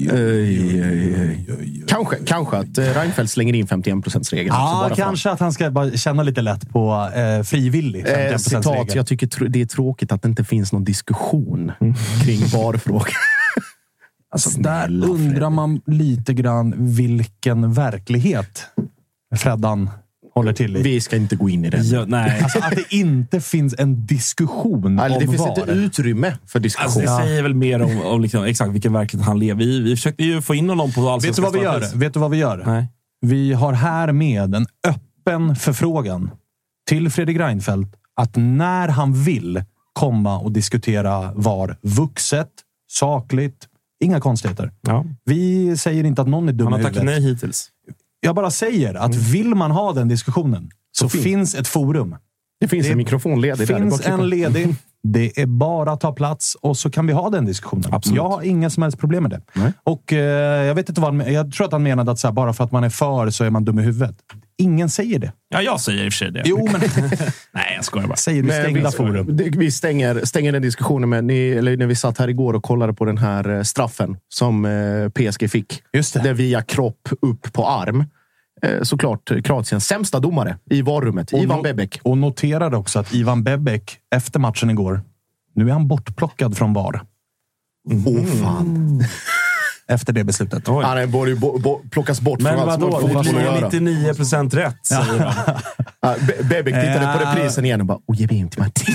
Kanske att Reinfeldt slänger in 51%-regeln. Ja, kanske att han ska bara känna lite lätt på frivillig 51%-regel. Citat, jag tycker det är tråkigt att det inte finns någon diskussion kring VAR-frågan. Alltså, där undrar man lite grann vilken verklighet Freddan håller till i. Vi ska inte gå in i det. Ja, nej. Alltså att det inte finns en diskussion om det finns inte utrymme för diskussion. Alltså, det säger väl mer om liksom, exakt vilken verklighet han lever i. Vi försökte ju få in honom på allsvenska. Vet du vad vi gör? Nej. Vi har här med en öppen förfrågan till Fredrik Reinfeldt att när han vill komma och diskutera VAR vuxet, sakligt, inga konstigheter. Ja. Vi säger inte att någon är dum i huvudet. Han har tackat nej hittills. Jag bara säger att vill man ha den diskussionen så finns ett forum. Det finns en mikrofon ledig. Det finns en ledig. Det är bara att ta plats och så kan vi ha den diskussionen. Absolut. Jag har inga som helst problem med det. Nej. Och jag vet inte jag tror att han menade att så här, bara för att man är för så är man dum i huvudet. Ingen säger det. Ja, jag säger i och för sig det. Jo, men... Nej, jag skojar bara. Säger du stängda forum? Vi stänger den diskussionen med när vi satt här igår och kollade på den här straffen som PSG fick. Just det. Där via kropp upp på arm. Såklart Kroatiens sämsta domare i VAR-rummet, Ivan Bebek. Och noterade också att Ivan Bebek efter matchen igår, nu är han bortplockad från VAR. Fan. Efter det beslutet. Han borde plockas bort från allt som det blir 99% rätt, säger han. Bebek tittade på reprisen igen och bara, ge mig inte Matti.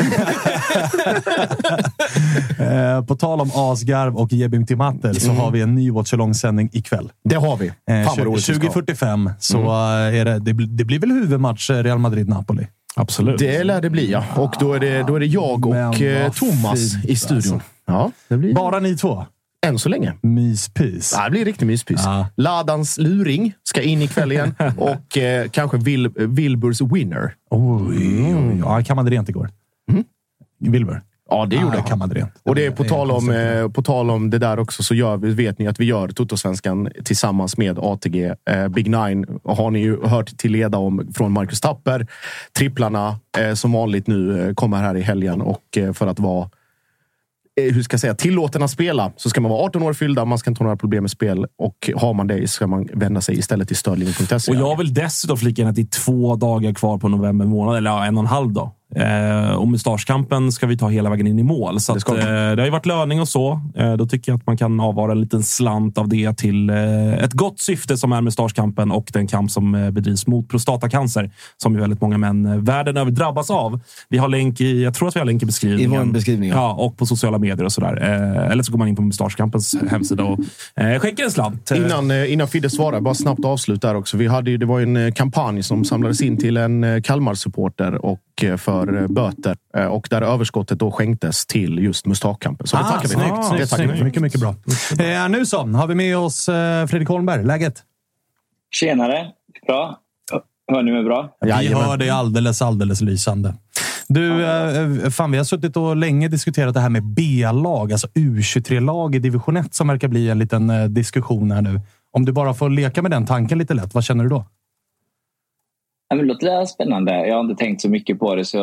På tal om Asgarv och Jebim Timatel så har vi en ny Watch Along-sändning ikväll. Det har vi. 20:45 så är det blir väl huvudmatch Real Madrid-Napoli. Absolut. Det lär det bli, ja. Och då är det jag och Thomas i studion. Alltså. Ja, det blir... Bara ni två? Än så länge. Myspys. Ja, det blir riktigt myspys. Ja. Ladans luring ska in ikväll igen. Och kanske Wilburs winner. Ja, kammade rent igår. Wilbur. Ja, det gjorde han. Och det är på tal om det där också, så vet ni att vi gör Toto-svenskan tillsammans med ATG. Big Nine har ni ju hört till leda om från Marcus Tapper. Tripplarna som vanligt nu kommer här i helgen, och för att vara tillåten att spela så ska man vara 18 år fyllda, man ska inte ha några problem med spel, och har man det så ska man vända sig istället till stödlinjen.se. Och jag vill dessutom flika in att det är 2 dagar kvar på november månad, eller 1,5 dag. Och mustaschkampen ska vi ta hela vägen in i mål. Så att, det har ju varit löning och så. Då tycker jag att man kan avvara en liten slant av det till ett gott syfte som är mustaschkampen och den kamp som bedrivs mot prostatacancer som ju väldigt många män världen över drabbas av. Vi har länk i, jag tror att vi har länk i beskrivningen. I vår beskrivning, ja. Och på sociala medier och sådär. Eller så går man in på mustaschkampens hemsida och skänker en slant. Innan Fidde svarar, bara snabbt avslut där också. Det var ju en kampanj som samlades in till en Kalmar-supporter och för böter. Och där överskottet då skänktes till just mustaschkampen. Så det tackar vi. Snyggt. Mycket bra. Nu så, har vi med oss Fredrik Holmberg. Läget? Tjenare. Bra. Hör ni mig bra? Vi hör dig alldeles lysande. Du, vi har suttit och länge diskuterat det här med B-lag, alltså U23-lag i division 1 som verkar bli en liten diskussion här nu. Om du bara får leka med den tanken lite lätt, vad känner du då? Ja, men det låter spännande. Jag har inte tänkt så mycket på det.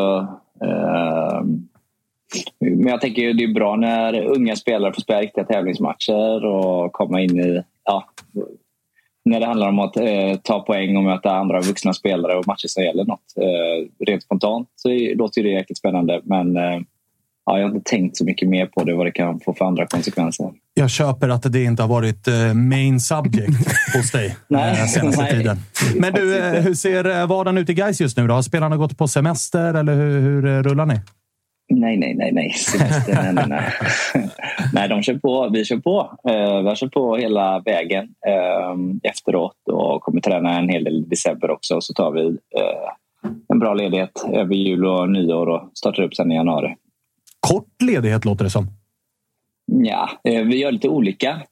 Men jag tänker att det är bra när unga spelare får spela riktiga tävlingsmatcher och komma in i... Ja, när det handlar om att ta poäng och möta andra vuxna spelare och matcher som gäller något. Rent spontant så låter det jäkligt spännande. Men jag har inte tänkt så mycket mer på det, vad det kan få för andra konsekvenser. Jag köper att det inte har varit main subject hos dig senaste tiden. Men du, hur ser vardagen ut i Gais just nu då? Har spelarna gått på semester eller hur rullar ni? Nej. Semester, nej. Nej, de kör på. Vi kör på. Vi har kört på hela vägen efteråt och kommer träna en hel del i december också. Och så tar vi en bra ledighet över jul och nyår och startar upp sen i januari. Kort ledighet låter det som. Ja, vi gör lite olika.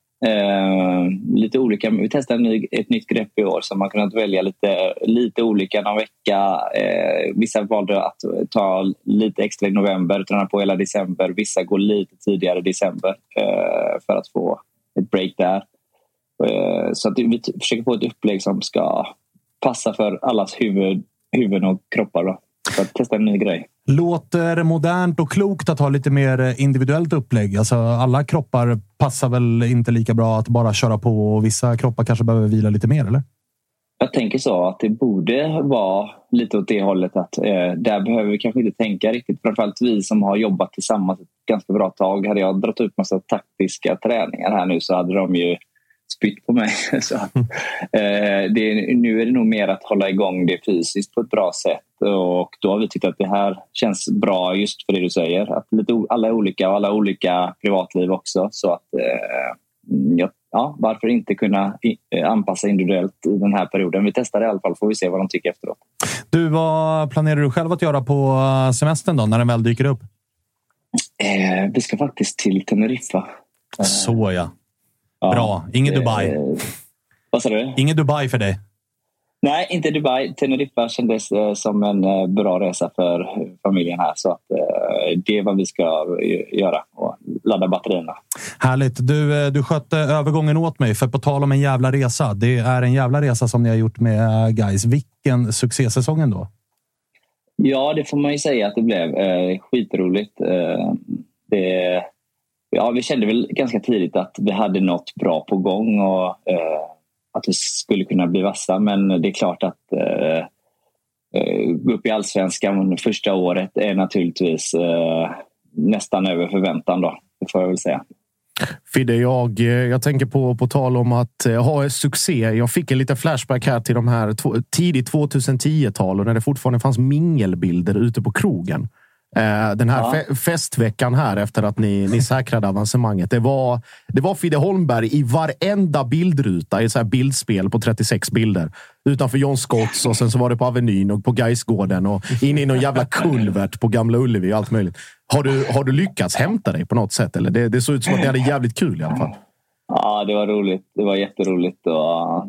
Vi testar ett nytt grepp i år som man kunnat välja lite olika någon vecka. Vissa valde att ta lite extra i november, träna på hela december. Vissa går lite tidigare i december för att få ett break där. Så att vi försöker få ett upplägg som ska passa för allas huvuden och kroppar då. För att testa en ny grej. Låter modernt och klokt att ha lite mer individuellt upplägg. Alltså, alla kroppar passar väl inte lika bra att bara köra på och vissa kroppar kanske behöver vila lite mer, eller? Jag tänker så att det borde vara lite åt det hållet att där behöver vi kanske inte tänka riktigt. Framförallt vi som har jobbat tillsammans ett ganska bra tag. Hade jag dragit ut massa taktiska träningar här nu så hade de ju spytt på mig. Så, nu är det nog mer att hålla igång det fysiskt på ett bra sätt. Och då har vi tyckt att det här känns bra just för det du säger. Att alla är olika och alla olika privatliv också. Så att varför inte kunna anpassa individuellt i den här perioden. Vi testar det i alla fall, får vi se vad de tycker efteråt. Du, vad planerar du själv att göra på semestern då, när den väl dyker upp? Vi ska faktiskt till Teneriffa. Så ja. Bra. Ingen Dubai. Vad sa du? Ingen Dubai för dig? Nej, inte Dubai. Teneriffa kändes som en bra resa för familjen här. Så att det är vad vi ska göra och ladda batterierna. Härligt. Du skötte övergången åt mig. För på tal om en jävla resa. Det är en jävla resa som ni har gjort med Gais. Vilken succésäsong då? Ja, det får man ju säga att det blev. Skitroligt. Vi kände väl ganska tidigt att vi hade något bra på gång och att vi skulle kunna bli vassa. Men det är klart att gå upp i Allsvenskan första året är naturligtvis nästan över förväntan då. Det får jag väl säga. Fidde, jag tänker på tal om att ha succé. Jag fick en liten flashback här till de här tidigt 2010-tal och när det fortfarande fanns mingelbilder ute på krogen. Den här festveckan här efter att ni säkrade avancemanget. Det var Fidde Holmberg i varenda bildruta i ett så här bildspel på 36 bilder. Utanför John Scotts och sen så var det på Avenyn och på Gaisgården och in i någon jävla kulvert på Gamla Ullevi och allt möjligt. Har du lyckats hämta dig på något sätt? Eller det såg ut som att ni hade jävligt kul i alla fall. Ja, det var roligt. Det var jätteroligt. Och,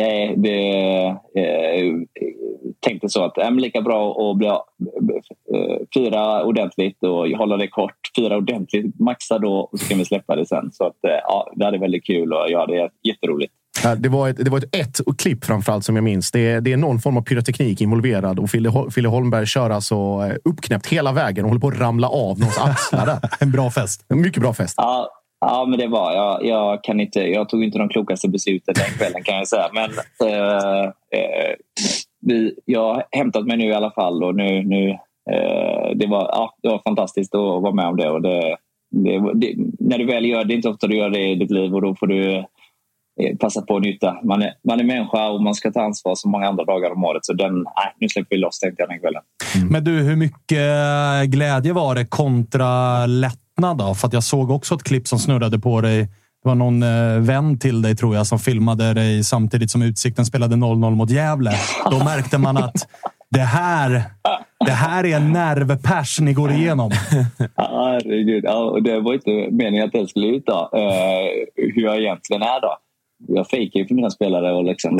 tänkte så att det är lika bra att bli fira ordentligt och hålla det kort. Fira ordentligt, maxa då och så kan vi släppa det sen. Så att det hade väldigt kul och jag hade jätteroligt. Det var ett klipp framförallt som jag minns. Det är någon form av pyroteknik involverad och Fille Holmberg kör alltså uppknäppt hela vägen och håller på att ramla av någons axlar där. En bra fest. En mycket bra fest. Ja, men det var jag tog inte de klokaste besluten den kvällen kan jag säga. Men jag har hämtat mig nu i alla fall och nu Det var fantastiskt att vara med om det. Och när du väl gör det, inte ofta du gör det i ditt liv, och då får du passa på att njuta. Man är människa och man ska ta ansvar så många andra dagar om året. Så nu släpper vi loss, tänkte jag den kvällen. Men du, hur mycket glädje var det kontra lättnad då? För att jag såg också ett klipp som snurrade på dig. Det var någon vän till dig, tror jag, som filmade dig samtidigt som Utsikten spelade 0-0 mot Gävle. Då märkte man att det här är en nervpärs ni går igenom. Herregud. Ja, och det var inte meningen att det skulle ut då. Hur jag egentligen är då. Jag fejkar ju för mina spelare och liksom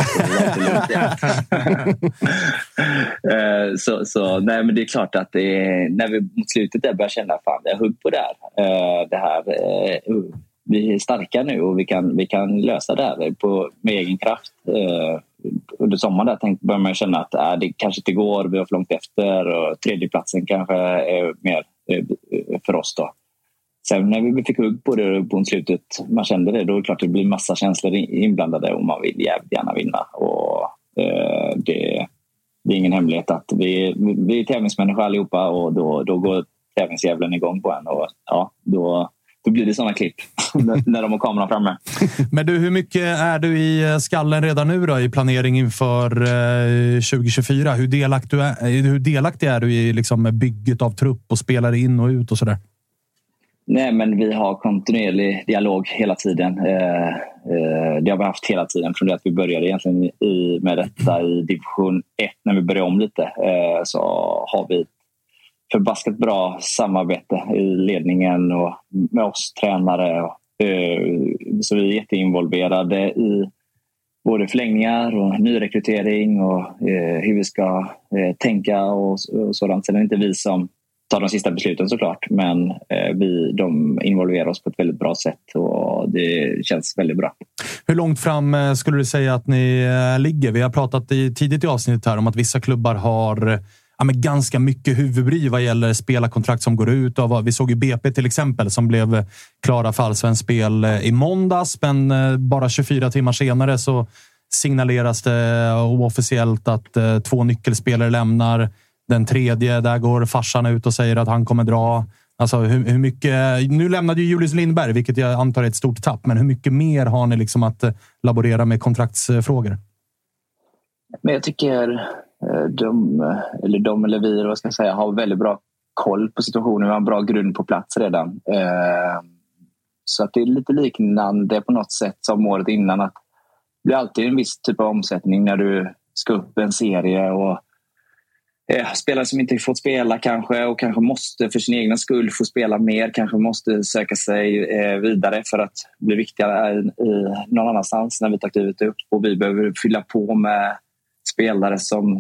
nej, men det är klart att när vi mot slutet där börjar känna fan, jag hugg på det här. Vi är starka nu och vi kan lösa det här med egen kraft. Under sommaren där börjar man känna att det kanske inte går, vi har för långt efter, och tredjeplatsen kanske är mer för oss då. Sen när vi fick hugg på det på slutet, man kände det, då är det klart att det blir massa känslor inblandade och man vill jävligt gärna vinna. Och det är ingen hemlighet att vi är tävlingsmänniskor allihopa, och då går tävlingsjävlen igång på en, och då blir det sådana klipp när de har kameran framme. Men du, hur mycket är du i skallen redan nu då, i planering inför 2024? Hur delaktig är du i liksom bygget av trupp och spelare in och ut och sådär? Nej, men vi har kontinuerlig dialog hela tiden. Det har vi haft hela tiden från det att vi började egentligen med detta i division 1. När vi började om lite så har vi förbaskat bra samarbete i ledningen och med oss tränare. Så vi är jätteinvolverade i både förlängningar och nyrekrytering och hur vi ska tänka och sådant. Sen är det inte vi som tar de sista besluten såklart, men de involverar oss på ett väldigt bra sätt och det känns väldigt bra. Hur långt fram skulle du säga att ni ligger? Vi har pratat tidigt i avsnittet här om att vissa klubbar har ganska mycket huvudbry vad gäller spelarkontrakt som går ut. Vi såg ju BP till exempel som blev klara för allsvensk spel i måndags, men bara 24 timmar senare så signaleras det oofficiellt att 2 nyckelspelare lämnar. Den tredje, där går farsan ut och säger att han kommer dra. Alltså hur mycket... Nu lämnade ju Julius Lindberg, vilket jag antar är ett stort tapp. Men hur mycket mer har ni liksom att laborera med kontraktsfrågor? Men jag tycker de eller vi, vad ska jag säga, har väldigt bra koll på situationen. Vi har en bra grund på plats redan. Så att det är lite liknande på något sätt som året innan. Att det blir alltid en viss typ av omsättning när du ska upp en serie och spelare som inte fått spela kanske och kanske måste för sin egen skull få spela mer, kanske måste söka sig vidare för att bli viktigare i någon annanstans när vi tar klivet upp, och vi behöver fylla på med spelare som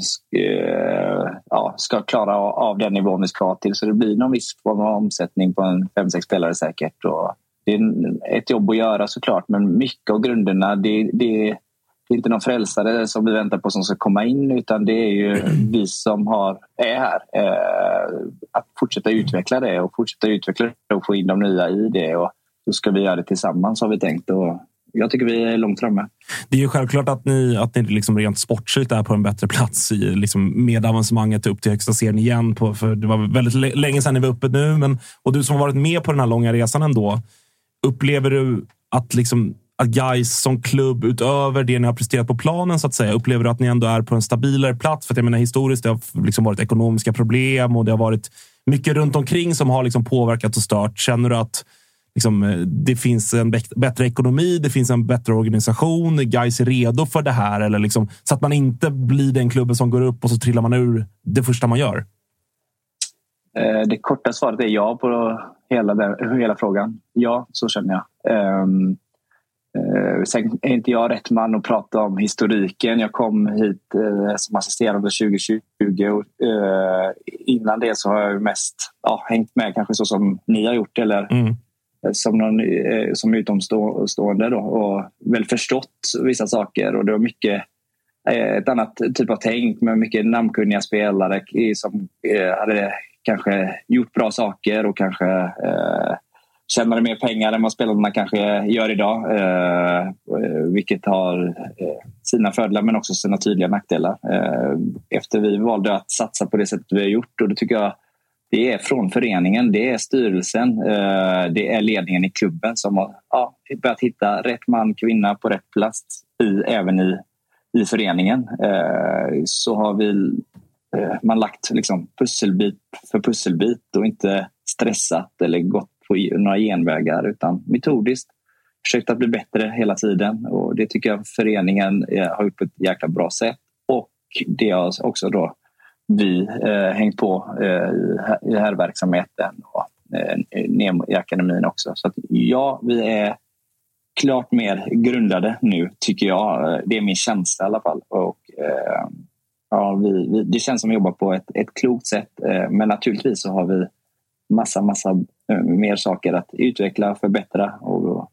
ska klara av den nivån vi ska till, så det blir någon viss form av omsättning på en 5-6 spelare säkert, och det är ett jobb att göra såklart, men mycket av grunderna det är inte någon frälsare som vi väntar på som ska komma in, utan det är ju vi som är här. Att fortsätta utveckla det och få in de nya i det, och då ska vi göra det tillsammans har vi tänkt, och jag tycker vi är långt framme. Det är ju självklart att ni liksom rent sportsligt är på en bättre plats i, liksom, med avancemanget upp till högsta serien igen. För det var väldigt länge sedan ni var uppe nu, och du som har varit med på den här långa resan ändå, upplever du att Gais som klubb, utöver det ni har presterat på planen så att säga, upplever du att ni ändå är på en stabilare plats? För att jag menar, historiskt det har liksom varit ekonomiska problem och det har varit mycket runt omkring som har liksom påverkat och stört. Känner du att liksom, det finns en bättre ekonomi, det finns en bättre organisation, Gais är redo för det här, eller liksom, så att man inte blir den klubben som går upp och så trillar man ur det första man gör? Det korta svaret är ja på hela frågan. Ja, så känner jag. Sen är inte jag rätt man att prata om historiken. Jag kom hit som assisterande 2020 och innan det så har jag mest hängt med kanske så som ni har gjort, eller som utomstående då, och väl förstått vissa saker, och det var mycket ett annat typ av tänk med mycket namnkunniga spelare som hade kanske gjort bra saker och kanske tjänade mer pengar än vad spelarna kanske gör idag, vilket har sina fördelar men också sina tydliga nackdelar. Efter vi valde att satsa på det sättet vi har gjort, och det tycker jag det är från föreningen, det är styrelsen, det är ledningen i klubben som har börjat hitta rätt man, kvinna på rätt plats även i föreningen. Så har man lagt liksom pusselbit för pusselbit och inte stressat eller gått på några genvägar, utan metodiskt försökt att bli bättre hela tiden, och det tycker jag föreningen har gjort på ett jäkla bra sätt, och det har också då vi hängt på i här verksamheten och i akademin också. Så att, vi är klart mer grundade nu, tycker jag. Det är min känsla i alla fall. Och det känns som att vi jobbar på ett klokt sätt, men naturligtvis så har vi massa mer saker att utveckla och förbättra, och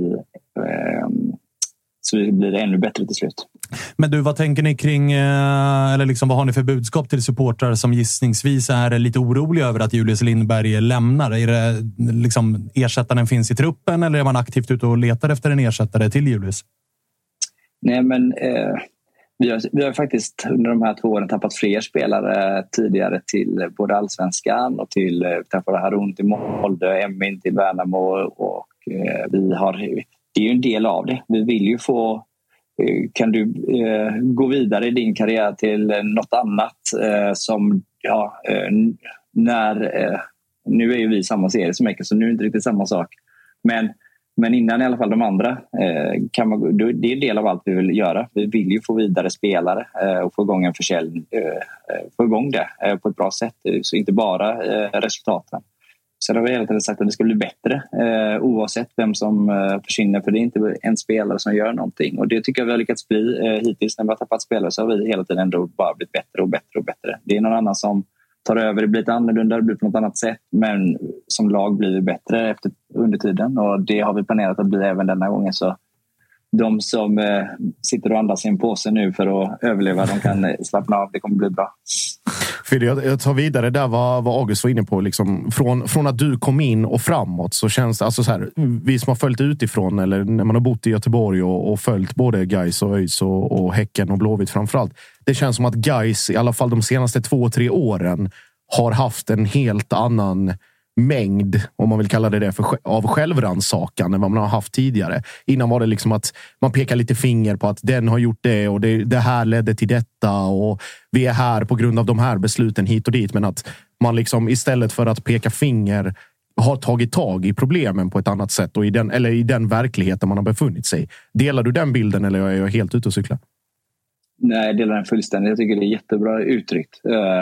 så vi blir ännu bättre till slut. Men du, vad tänker ni kring, eller liksom, vad har ni för budskap till supportrar som gissningsvis är lite oroliga över att Julius Lindberg lämnar? Är det liksom ersättaren finns i truppen, eller är man aktivt ute och letar efter en ersättare till Julius? Nej, men vi har faktiskt under de här 2 åren tappat fler spelare tidigare till både Allsvenskan och till tappade Harun till Molde, Emin till Värnamo, och det är ju en del av det. Vi vill ju få, kan du gå vidare i din karriär till något annat som nu är ju vi samma serie som mycket, så nu är det inte riktigt samma sak. Men innan i alla fall de andra det är en del av allt vi vill göra. Vi vill ju få vidare spelare och få igång en försäljning, få igång det på ett bra sätt, så inte bara resultaten. Så det har vi hela tiden sagt att det ska bli bättre oavsett vem som försvinner, för det är inte en spelare som gör någonting, och det tycker jag vi har lyckats bli hittills. När vi har tappat spelare så har vi hela tiden ändå bara blivit bättre och bättre och bättre. Det är någon annan som tar över, det blir lite annorlunda, det blir på något annat sätt, men som lag blir vi bättre under tiden, och det har vi planerat att bli även denna gången. Så de som sitter och andas i en påse nu för att överleva, de kan slappna av, det kommer bli bra. För jag tar vidare där vad August var inne på, liksom, från att du kom in och framåt, så känns det, alltså så här, vi som har följt utifrån, eller när man har bott i Göteborg och följt både Gais och ÖIS och Häcken och Blåvitt framförallt, det känns som att Gais i alla fall de senaste 2-3 åren har haft en helt annan mängd, om man vill kalla det av självrannsakan än vad man har haft tidigare. Innan var det liksom att man pekar lite finger på att den har gjort det, och det här ledde till detta, och vi är här på grund av de här besluten hit och dit, men att man liksom istället för att peka finger har tagit tag i problemen på ett annat sätt, och i den verkligheten man har befunnit sig. Delar du den bilden, eller är jag helt ute och cyklar? Nej, jag delar den fullständigt. Jag tycker det är jättebra uttryckt.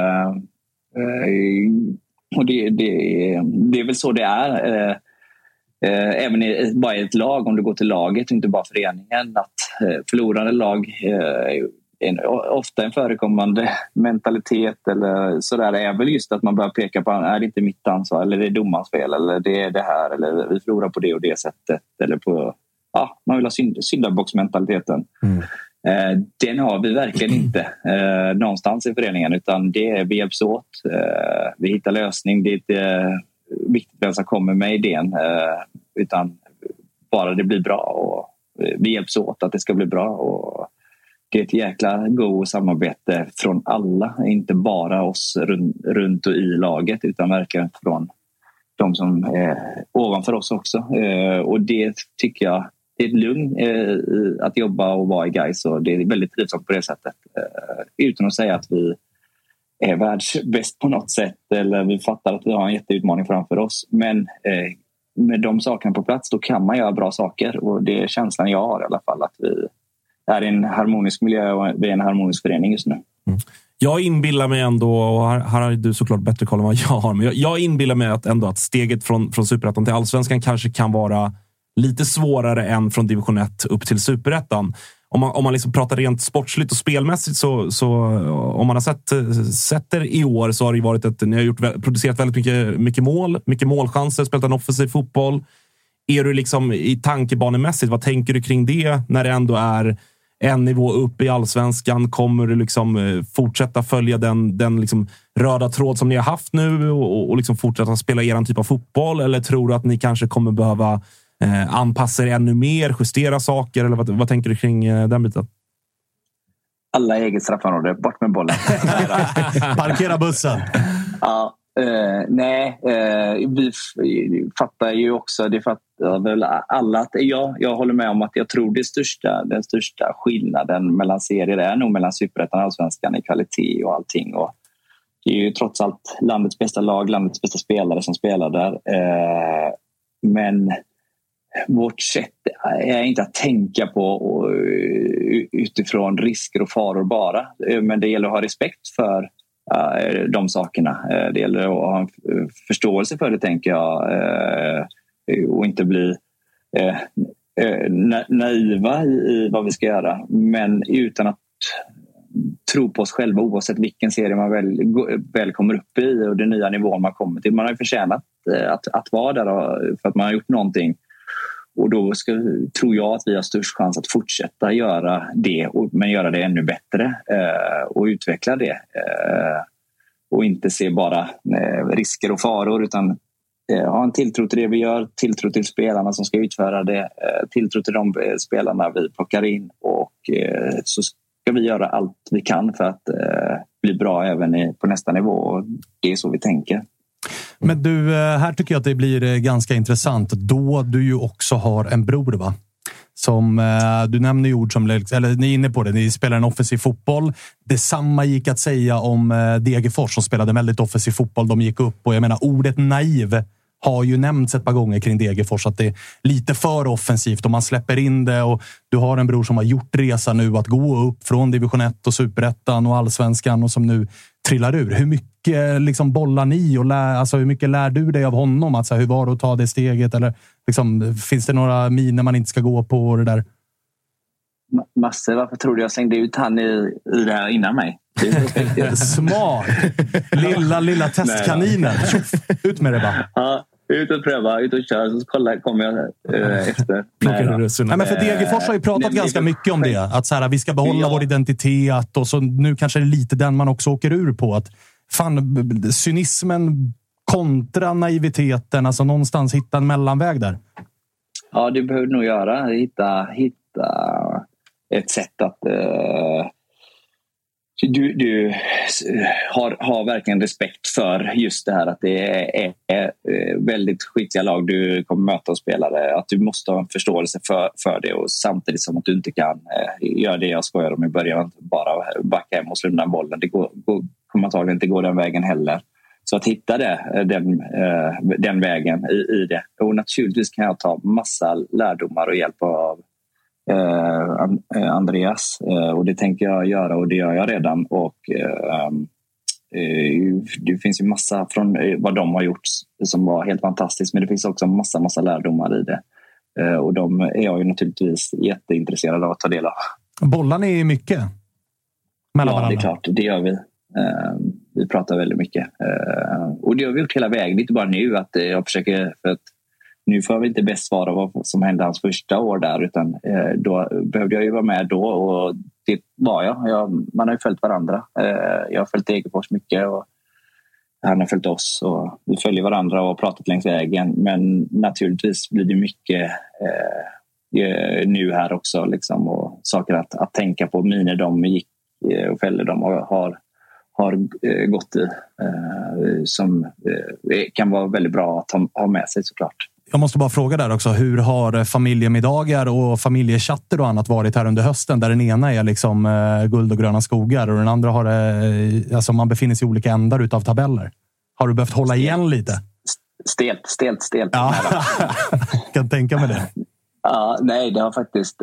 Och det är väl så det är. Även bara i ett lag, om du går till laget och inte bara föreningen, att förlorande lag ofta en förekommande mentalitet eller sådär, är väl just att man börjar peka på, är det inte mitt ansvar, eller det är domarens fel, eller det är det här, eller vi förlorar på det och det sättet, eller på, man vill ha syndabocksmentaliteten. Den har vi verkligen inte någonstans i föreningen, utan vi hjälps åt, vi hittar lösning. Det är inte viktigt vem som kommer med idén, utan bara det blir bra, och vi hjälps åt att det ska bli bra, och det är ett jäkla god samarbete från alla, inte bara oss runt och i laget, utan verkligen från de som är ovanför oss också, och det tycker jag, det är ett lugn att jobba och vara i Gais, och det är väldigt trivsamt på det sättet. Utan att säga att vi är världsbäst på något sätt, eller vi fattar att vi har en jätteutmaning framför oss. Men med de sakerna på plats, då kan man göra bra saker, och det är känslan jag har i alla fall, att vi är i en harmonisk miljö och vi är en harmonisk förening just nu. Jag inbillar mig ändå, och här har du såklart bättre koll än vad jag har, men jag inbillar mig att steget från Superettan till Allsvenskan kanske kan vara lite svårare än från division 1 upp till Superettan. Om man liksom pratar rent sportsligt och spelmässigt, så om man har sett det i år, så har det varit ni har producerat väldigt mycket målchanser, spelat en offensiv fotboll. Är du liksom i tankebanemässigt, vad tänker du kring det när det ändå är en nivå upp i Allsvenskan? Kommer du liksom fortsätta följa den liksom röda tråd som ni har haft nu och liksom fortsätta spela eran typ av fotboll, eller tror du att ni kanske kommer behöva anpassa er ännu mer, justera saker, eller vad tänker du kring den biten? Alla eget straffområde. Bort med bollen. Parkera bussen. Ja. Vi fattar ju också, det fattar väl alla att jag håller med om att jag tror den största skillnaden mellan serier är nog mellan Superettan och Allsvenskan i kvalitet och allting. Och det är ju trots allt landets bästa lag, landets bästa spelare som spelar där. Men vårt sätt är inte att tänka på utifrån risker och faror bara. Men det gäller att ha respekt för de sakerna. Det gäller att ha en förståelse för det, tänker jag, och inte bli naiva i vad vi ska göra, men utan att tro på oss själva oavsett vilken serie man väl kommer upp i och den nya nivån man kommer till. Man har ju förtjänat att vara där för att man har gjort någonting, och då tror jag att vi har störst chans att fortsätta göra det, men göra det ännu bättre och utveckla det. Och inte se bara risker och faror, utan ha en tilltro till det vi gör, tilltro till spelarna som ska utföra det, tilltro till de spelarna vi plockar in, och så ska vi göra allt vi kan för att bli bra även på nästa nivå, och det är så vi tänker. Men du, här tycker jag att det blir ganska intressant då du ju också har en bror, va? Som du nämner ju ord som, eller ni är inne på det, ni spelar en offensiv fotboll. Detsamma gick att säga om Degerfors som spelade väldigt offensiv fotboll. De gick upp, och jag menar, ordet naiv har ju nämnts ett par gånger kring Degerfors, att det är lite för offensivt och man släpper in det, och du har en bror som har gjort resa nu att gå upp från division 1 och Superettan och Allsvenskan, och som nu trillar ur. Hur mycket liksom bollar ni och hur mycket lär du dig av honom? Alltså, hur var det att ta det steget? Eller liksom, finns det några miner man inte ska gå på det där? Massor. Varför tror du jag slängde ut han i det här innan mig? Smart! Lilla testkaninen. Ut med det bara. Ja, ut och pröva, ut och köra, så kommer jag efter. Nej, men för Degerfors har ju pratat ganska mycket om det. Att så här, vi ska behålla vår identitet, och så nu kanske det är lite den man också åker ur på. Att fan, cynismen kontra naiviteten, alltså någonstans hitta en mellanväg där. Ja, det behöver nog göra. Hitta ett sätt att du har verkligen respekt för just det här att det är väldigt skitiga lag du kommer möta och spelare. Att du måste ha en förståelse för det, och samtidigt som att du inte kan göra det jag skojar om i början, bara backa hem och slå undan bollen. Det kommer antagligen inte gå den vägen heller. Så att hitta den vägen i det. Och naturligtvis kan jag ta massa lärdomar och hjälp av Andreas, och det tänker jag göra, och det gör jag redan, och det finns ju massa från vad de har gjort som var helt fantastiskt, men det finns också massa lärdomar i det, och de är jag ju naturligtvis jätteintresserad av att ta del av. Bollar ni mycket mellan varandra? Ja, det är klart, det gör vi. Vi pratar väldigt mycket, och det har vi gjort hela vägen, inte bara nu att jag försöker, för att nu får jag inte bäst svara vad som hände hans första år där, utan då behövde jag ju vara med då, och det var jag. Man har ju följt varandra. Jag har följt Degerfors mycket, och han har följt oss, och vi följer varandra och har pratat längs vägen. Men naturligtvis blir det mycket nu här också, liksom, och saker att tänka på. Miner de gick och fällde dem och har gått i, som kan vara väldigt bra att ha med sig, såklart. Jag måste bara fråga där också, hur har familjemiddagar och familjechatter och annat varit här under hösten, där den ena är liksom guld och gröna skogar och den andra har alltså man befinner sig i olika ändar utav tabeller. Har du behövt hålla igen lite? Stelt. Ja, kan tänka mig det. Ja, nej, det har faktiskt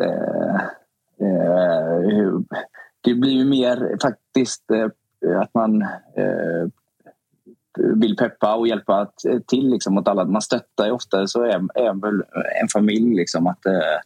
det blir ju mer faktiskt att man vill peppa och hjälpa till liksom, åt alla. Man stöttar ju ofta, så är väl en familj liksom, att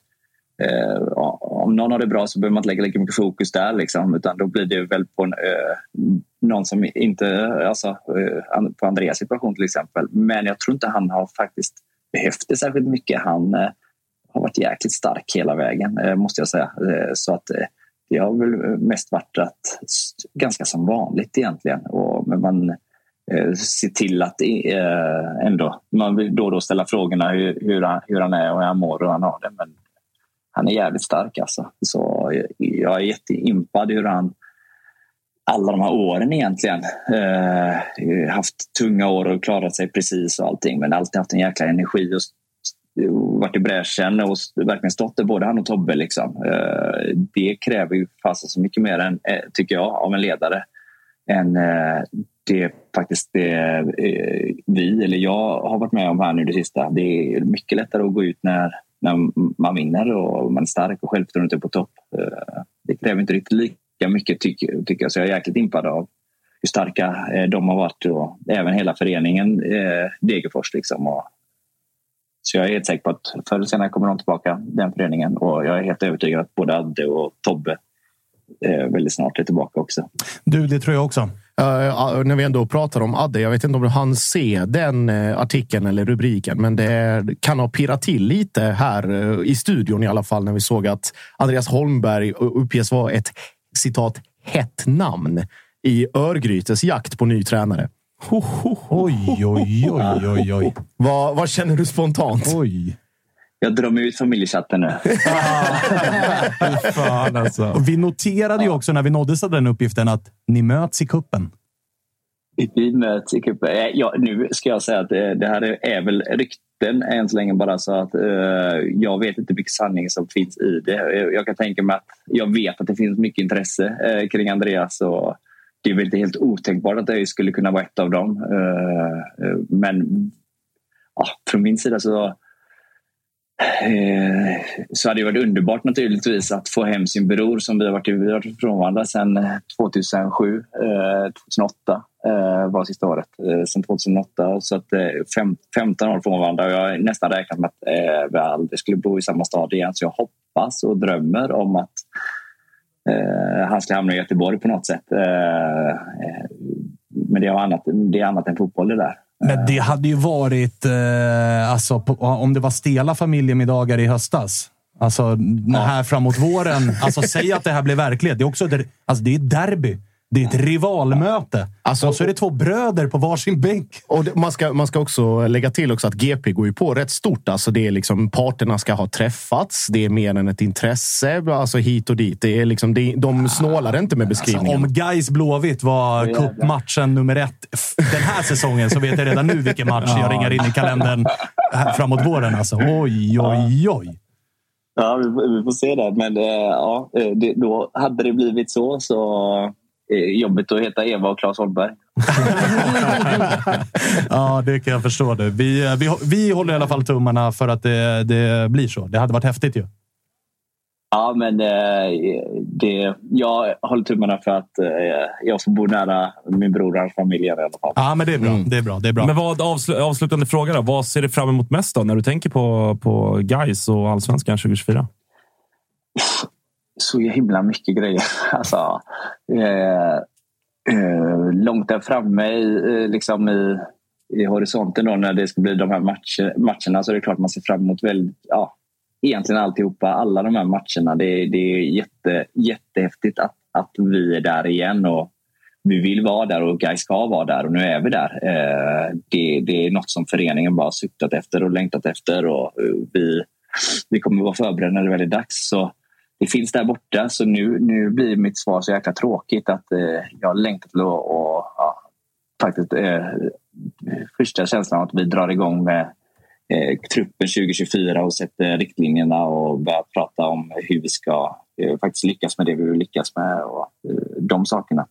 om någon har det bra så behöver man inte lägga lika mycket fokus där liksom, utan då blir det väl på någon som inte, alltså på Andreas situation till exempel. Men jag tror inte han har faktiskt behövt det särskilt mycket. Han har varit jäkligt stark hela vägen, måste jag säga. Så att det har väl mest varit ganska som vanligt egentligen, men man se till att ändå man vill då ställa frågorna hur han är och hur han mår och han har det, men han är jävligt stark alltså. Så jag är jätteimpad hur han alla de här åren egentligen haft tunga år och klarat sig precis och allting, men alltid haft en jäkla energi och varit i bräschen och verkligen stått där, både han och Tobbe liksom. Det kräver ju fast så mycket mer än, tycker jag, av en ledare än det faktiskt det vi eller jag har varit med om här nu det sista. Det är mycket lättare att gå ut när man vinner och man är stark och självförtroendet är på topp. Det kräver inte riktigt lika mycket tycker jag, så jag är jäkligt impad av hur starka de har varit och även hela föreningen Degerfors liksom. Och så jag är helt säker på att förr eller senare kommer de tillbaka, den föreningen, och jag är helt övertygad att både Adde och Tobbe väldigt snart är tillbaka också. Du, det tror jag också. När vi ändå pratar om Adde, jag vet inte om du hann se den artikeln eller rubriken, men det kan ha pirrat till lite här i studion i alla fall när vi såg att Andreas Holmberg uppges vara ett citat hett namn i Örgrytes jakt på ny tränare. Oj. Vad känner du spontant? Oj. Jag drar mig ut familjechatten nu. Fan alltså. Och vi noterade ju också när vi nåddes av den uppgiften att ni möts i kuppen. Vi möts i kuppen. Ja, nu ska jag säga att det här är väl rykten än så länge, bara så att jag vet inte mycket sanning som finns i det. Jag kan tänka mig att jag vet att det finns mycket intresse kring Andreas, och det är väl inte helt otänkbart att det skulle kunna vara ett av dem. Men från min sida så hade det varit underbart naturligtvis att få hem sin bror som vi har varit frånvandra sedan 2007, 2008 var sista året, sedan 2008, så att 15 år frånvandra, och jag har nästan räknat med att vi aldrig skulle bo i samma stad igen, så jag hoppas och drömmer om att han ska hamna i Göteborg på något sätt, men det är annat än fotboll det där. Men det hade ju varit om det var stela familjemiddagar i höstas. Alltså här framåt våren. Alltså säg att det här blir verklighet. Det är också det är ett derby. Det är ett rivalmöte. Alltså, och så är det två bröder på varsin bänk. Och man ska också lägga till också att GP går ju på rätt stort. Alltså det är liksom, parterna ska ha träffats. Det är mer än ett intresse. Alltså hit och dit. Det är liksom, de snålar inte med beskrivningen. Alltså, om Gais Blåvitt var cupmatchen nummer 1 den här säsongen, så vet jag redan nu vilken match jag ringar in i kalendern framåt våren. Alltså. Oj. Ja, vi får se det. Men då hade det blivit så jobbigt att heta Eva och Claes Holmberg. Ja, det kan jag förstå det. Vi håller i alla fall tummarna för att det blir så. Det hade varit häftigt ju. Ja, men jag håller tummarna för att jag får bo nära min bror och hans familj i alla fall. Ja, men det är bra. Men vad avslutande fråga då? Vad ser du fram emot mest då när du tänker på Gais och Allsvenskan 2024? Så himla mycket grejer. Alltså, långt där framme i horisonten då, när det ska bli de här matcherna, så är det klart man ser fram emot egentligen alltihopa, alla de här matcherna. Det är jättehäftigt att vi är där igen, och vi vill vara där och Gais ska vara där, och nu är vi där. Det är något som föreningen bara suktat efter och längtat efter, och vi kommer vara förberedda när det väl är dags. Så det finns där borta, så nu blir mitt svar så jäkla tråkigt att jag längtar till att faktiskt första känslan att vi drar igång med truppen 2024 och sätter riktlinjerna och börjar prata om hur vi ska faktiskt lyckas med det vi vill lyckas med, och de sakerna.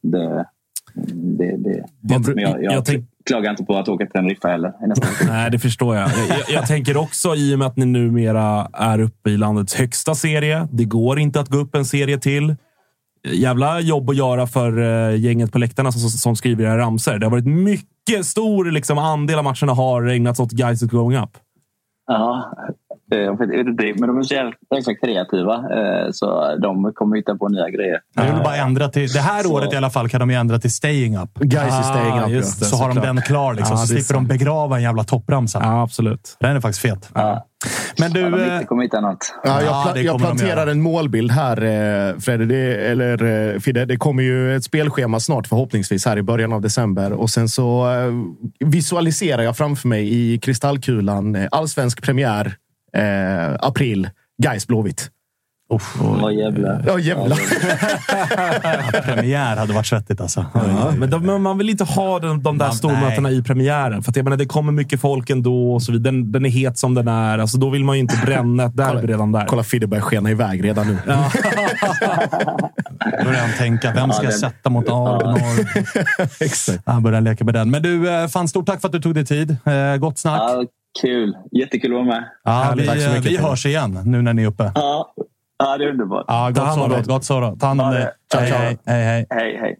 Jag klagar inte på att åka till Tenerife heller. Nej, det förstår jag. Jag tänker också, i och med att ni numera är uppe i landets högsta serie. Det går inte att gå upp en serie till. Jävla jobb att göra för gänget på läktarna som skriver i ramser. Det har varit mycket stor andel av matcherna har ägnats åt Guys going up. Ja, men de är så jävla kreativa, så de kommer hitta på nya grejer. Det är bara ändra till det här året i alla fall, kan de ju ändra till staying up. Guys is staying up, just det, så har de den klar så slipper de begrava en jävla toppramsa. Ja, absolut. Den är faktiskt fet. Ja. Men du, de kommer hitta något. Jag planterar en målbild här, Fidde. Det kommer ju ett spelschema snart, förhoppningsvis här i början av december, och sen så visualiserar jag framför mig i kristallkulan allsvensk premiär april, Gais Blåvitt. Vad jävlar. Ja, jävlar. Premiär hade varit svettigt alltså. Ja, men man vill inte ha de där stormötena i premiären. För att jag menar, det kommer mycket folk ändå. Och så vidare. Den är het som den är. Alltså, då vill man ju inte bränna ett derby redan där. Kolla, Fideberg skena iväg redan nu. Ja. Börjar han tänka, vem ska jag sätta mot Arnor? Exakt. Han börjar leka med den. Men du, fan, stort tack för att du tog dig tid. Gott snack. Ja, kul. Jättekul att vara med. Ja, vi hörs igen nu när ni är uppe. Ja, det är underbart. Ja, gott så då. Ta hand om dig. Hej.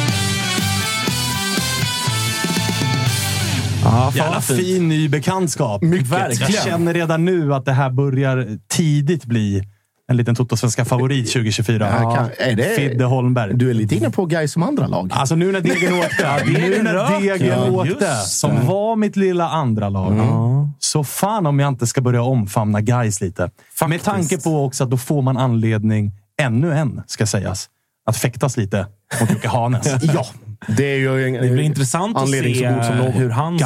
Ja, jävla fin ny bekantskap. Mycket. Jag känner redan nu att det här börjar tidigt bli en liten Toto-svenska favorit 2024. Är det Fidde Holmberg. Du är lite inne på Gais som andra lag. Alltså nu när Degen åkte, som var mitt lilla andra lag. Så fan om jag inte ska börja omfamna Gais lite. Faktiskt. Med tanke på också att då får man anledning, ännu en ska sägas, att fäktas lite mot Jocke Hanes. Ja. Det är ju det blir intressant att se hur hans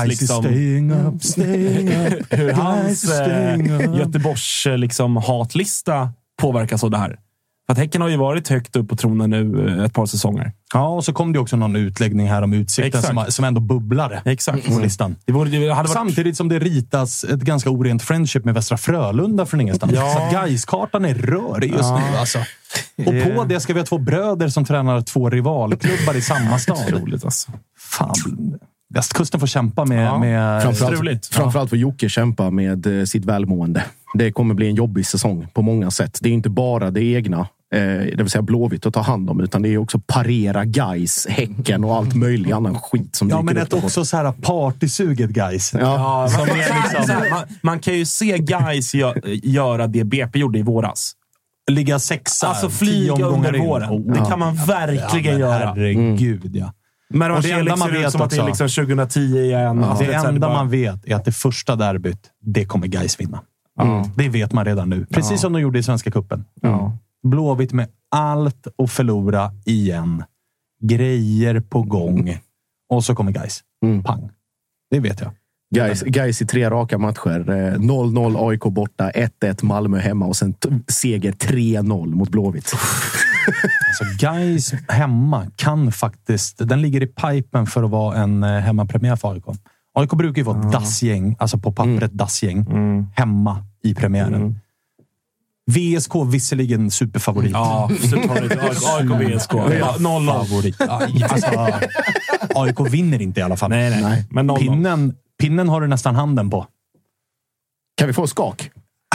hur hans Göteborgs hatlista påverkas av det här. För att Häcken har ju varit högt upp på tronen nu ett par säsonger. Ja, och så kom det också någon utläggning här om Utsikten som ändå bubblade. Exakt. På listan. Samtidigt som det ritas ett ganska orent friendship med Västra Frölunda från ingenstans. Ja. Så Gais-kartan är rörig just nu. Alltså. Och på det ska vi ha 2 bröder som tränar 2 rivalklubbar i samma stad. Roligt alltså. Fan. Västkusten får kämpa med framförallt får Jocke kämpa med sitt välmående. Det kommer bli en jobbig säsong på många sätt. Det är inte bara det egna, det vill säga Blåvitt att ta hand om, utan det är också parera Gais, Häcken och allt möjligt annan skit som men det är också så här partysuget Gais. Man kan ju se Gais göra det BP gjorde i våras. Ligga 6, alltså flyga under våren. Det kan man verkligen göra. Herregud, ja. Men det enda man vet som att det är liksom 2010 igen. Det enda man vet är att det första derbyt, det kommer Gais vinna. Det vet man redan nu. Precis som de gjorde i Svenska cupen. Blåvitt med allt att förlora igen. Grejer på gång. Och så kommer Gais. Pang. Det vet jag. Gais i 3 raka matcher. 0-0 AIK borta, 1-1 Malmö hemma och sen seger 3-0 mot Blåvitt. Alltså Gais hemma kan faktiskt... Den ligger i pipen för att vara en hemmapremiär för AIK. AIK brukar ju vara dassgäng, alltså på pappret dassgäng, hemma i premiären. VSK visserligen superfavorit. Ja, superfavorit. AIK VSK. 0-0 favorit. Alltså, AIK vinner inte i alla fall. Nej. Men pinnen har du nästan handen på. Kan vi få skak?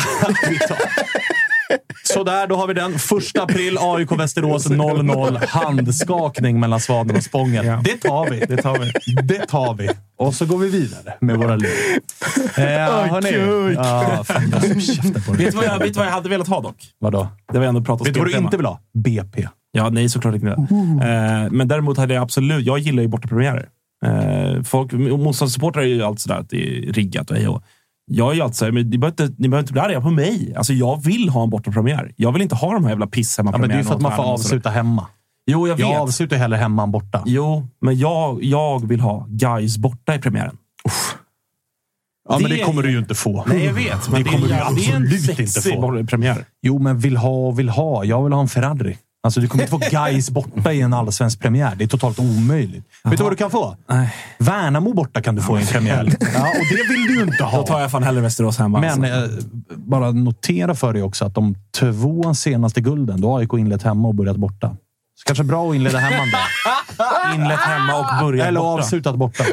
Så där, då har vi den. 1 april, AIK Västerås 0-0. Handskakning mellan Svanen och Spången. Ja. Det tar vi. Och så går vi vidare med våra liv. Vet du vad jag hade velat ha dock? Vadå? Det var ändå pratat. Vet du vad du inte vill ha? BP. Ja, nej, såklart inte. Men däremot hade jag absolut... Jag gillar ju bortapremiärer. Motståndssupportrar är ju allt sådär att det är riggat och hej och. Jag är ju alltså, men ni behöver inte bli arga på mig. Alltså jag vill ha en bortapremiär. Jag vill inte ha de här jävla piss hemma. Ja, men det är ju för att man får avsluta hemma. Jo, jag vet. Jag avslutar hellre hemma än borta. Jo, men jag vill ha Gais borta i premiären. Ja, men det kommer du ju inte få. Nej, jag vet. Men det kommer du absolut inte få. Premiär. Jo, men vill ha. Jag vill ha en Ferrari. Alltså du kommer inte få Gais borta i en allsvensk premiär. Det är totalt omöjligt. Vet du vad du kan få? Nej. Värnamo borta kan du få i en premiär. Ja, och det vill du ju inte ha. Då tar jag fan hellre Västerås hemma. Men bara notera för dig också att de 2 senaste gulden, då har AIK inlett hemma och börjat borta. Så kanske bra att inleda hemma då. Inlett hemma och börjat eller borta. Avslutat borta.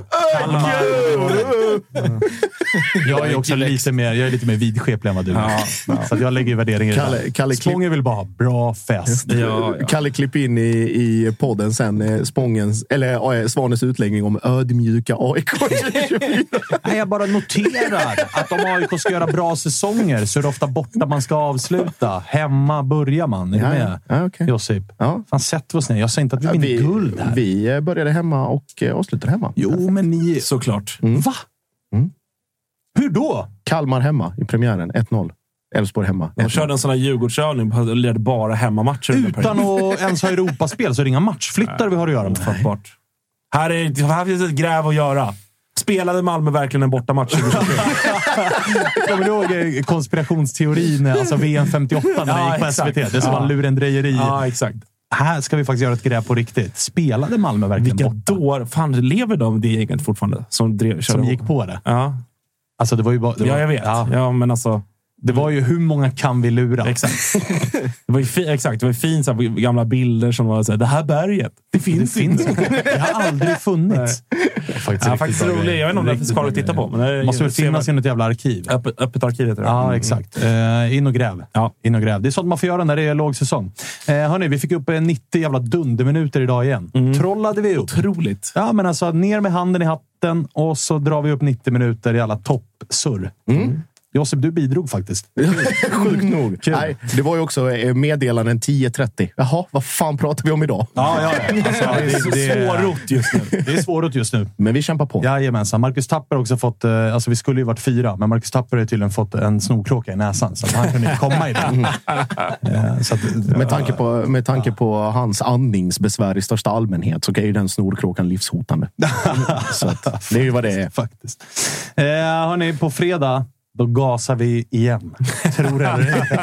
Jag är också lite mer vidskeplig än vad du är. Så att jag lägger värderingar i det. Spången vill bara ha bra fest. Kalle klipp in i podden sen Svanens utläggning om ödmjuka AIK. Nej, jag bara noterar att om AIK ska göra bra säsonger så är det ofta borta man ska avsluta. Hemma börjar man. Är du med? Okay. Josip. Ja. Fan, sätt oss ner. Jag säger inte att vi vinner guld här. Vi började hemma och avslutade hemma. Jo, men ni... Såklart. Va? Hur då? Kalmar hemma i premiären. 1-0. Elfsborg hemma. De körde en sån här Djurgårdskörning och ledde bara hemmamatcher. Utan att ens ha Europaspel så är det inga matchfattbart. Vi har att göra med. Här finns ett gräv att göra. spelade Malmö verkligen en bortamatch? Kommer du ihåg konspirationsteorin, alltså VM 58 när det gick på SVT? Det som var lurendrejeri. Ja, exakt. Här ska vi faktiskt göra ett gräv på riktigt. Spelade Malmö verkligen Vilka borta? dår? Fan, lever de det gänget fortfarande? Som gick på det? Ja. Alltså det var ju bara... Ja, jag vet. Ja, men alltså... Det var ju hur många kan vi lura? Exakt. Det var ju fint så här, gamla bilder som var så här, det här berget. Det finns inte. Det har aldrig funnits. Faktiskt roligt. Jag vet inte om det finns kvar att titta på. Men det måste väl finnas i något jävla arkiv. Öppet arkiv heter det. Ja, exakt. In och gräv. Ja. In och gräv. Det är sånt man får göra när det är lågsäsong. Hörni, vi fick upp 90 jävla dunderminuter idag igen. Trollade vi upp. Otroligt. Ja, men alltså ner med handen i hatten och så drar vi upp 90 minuter i alla toppsurr. Josip, du bidrog faktiskt. Sjukt nog. Nej, det var ju också meddelanden 10:30. Jaha, vad fan pratar vi om idag? Ja. Alltså, det är svårrott just nu. Det är svårott just nu. Men vi kämpar på. Jajamensan. Marcus Tapper har också fått... Alltså vi skulle ju varit 4, men Marcus Tapper har tydligen fått en snorkråka i näsan. Så att han kunde inte komma i det. Så att, med tanke på hans andningsbesvär i största allmänhet så är ju den snorkråkan livshotande. Så att, det är ju vad det är. Faktiskt. Hörni, på fredag... Då gasar vi igen. Tror jag det.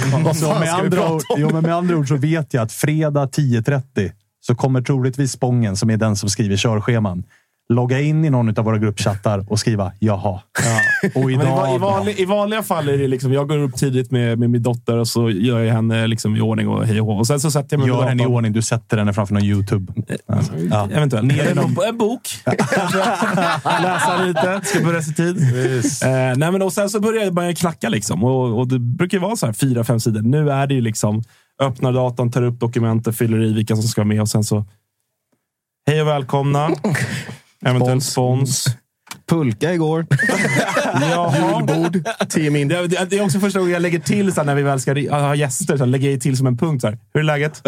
Med andra ord så vet jag att fredag 10:30 så kommer troligtvis Spången, som är den som skriver körscheman, logga in i någon av våra gruppchattar och skriva jaha. Ja. Och I vanliga fall är det liksom, jag går upp tidigt med min dotter och så gör jag henne liksom i ordning och hej och hå. Och sen så sätter jag mig gör henne i ordning, du sätter henne framför någon YouTube. Ja. Eventuellt. En bok. Läsa lite, ska börja sig tid. Nej, men och sen så börjar jag knacka liksom. Och det brukar vara så här 4-5 sidor. Nu är det ju liksom, öppnar datorn, tar upp dokumenter, fyller i vilka som ska vara med och sen så hej och välkomna. Eventuellt spons. Pulka igår. Julbord. 10 min. Det är också första gången jag lägger till så här, när vi väl ska ha gäster. Så lägger jag till som en punkt. Så här. Hur är läget?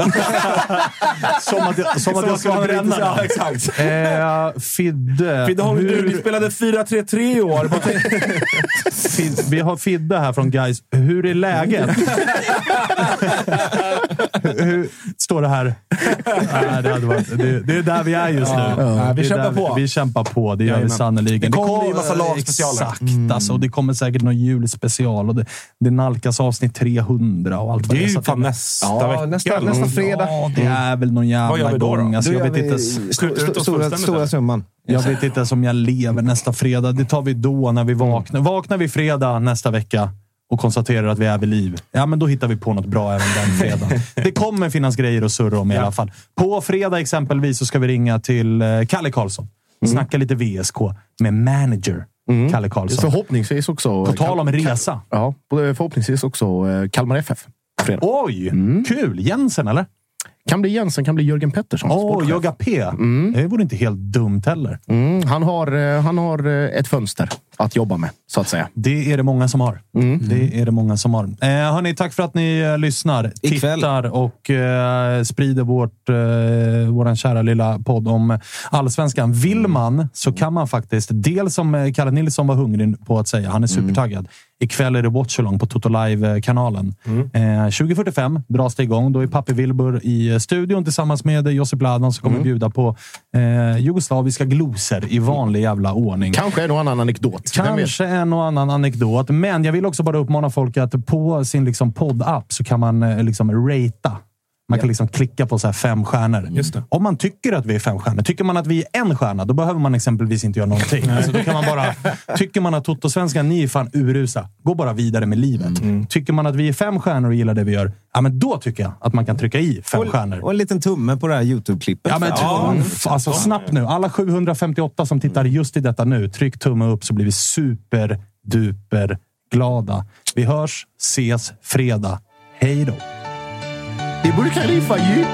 som att jag ska bränna. Ja, exakt. Fidde. Vi spelade 4-3-3 i år. Vi har Fidde här från Guys. Hur är läget? Hur står det här? Det är där vi är just nu. Ja, vi kämpar på. Vi kämpar på. Det gör vi sannolikt. Det kommer ju massa lagspecialer. Exakt. Alltså, det kommer säkert någon julspecial. Och det nalkas avsnitt 300 och allt. Det är ju fan nästa vecka. Nästa fredag. Ja, det är väl någon jävla gång. Alltså, jag vet inte. Stora summan. Jag vet inte om jag lever nästa fredag. Det tar vi då när vi vaknar. Vaknar vi fredag nästa vecka och konstaterar att vi är vid liv. Ja, men då hittar vi på något bra även den fredagen. Det kommer finnas grejer att surra om i alla fall. På fredag exempelvis så ska vi ringa till Kalle Karlsson. Snacka lite VSK med manager Kalle Karlsson. Förhoppningsvis också... På tal om resa. Ja, förhoppningsvis också Kalmar FF. Fredag. Oj, kul. Jensen, eller? Kan bli Jensen, kan bli Jörgen Pettersson. Jogga P. Det vore inte helt dumt heller. Han har ett fönster att jobba med, så att säga. Det är det många som har. Det är det många som har. Hörni, tack för att ni lyssnar, tittar och sprider våran kära lilla podd om Allsvenskan. Vill man så kan man faktiskt, dels som Kalle Nilsson var hungrig på att säga, han är supertaggad. Ikväll är det watchalong på Toto Live-kanalen. 20:45 dras det igång. Då är Pappi Wilbur i studion tillsammans med Josip Ladan som kommer bjuda på jugoslaviska gloser i vanlig jävla ordning. Kanske en och annan anekdot. Men jag vill också bara uppmana folk att på sin liksom podd-app så kan man liksom ratea. Man kan liksom klicka på så här 5 stjärnor. Just det. Om man tycker att vi är 5 stjärnor. Tycker man att vi är 1 stjärna, då behöver man exempelvis inte göra någonting. Alltså, då kan man bara... Tycker man att Toto-svenskan, ni är fan urusa. Gå bara vidare med livet. Tycker man att vi är 5 stjärnor och gillar det vi gör, ja, men då tycker jag att man kan trycka i 5 stjärnor. Och en liten tumme på det här YouTube-klippet. Ja, men alltså snabbt nu. Alla 758 som tittar just i detta nu, tryck tumme upp så blir vi superduper glada. Vi hörs, ses fredag. Hej då! Det borde Khalifa ju.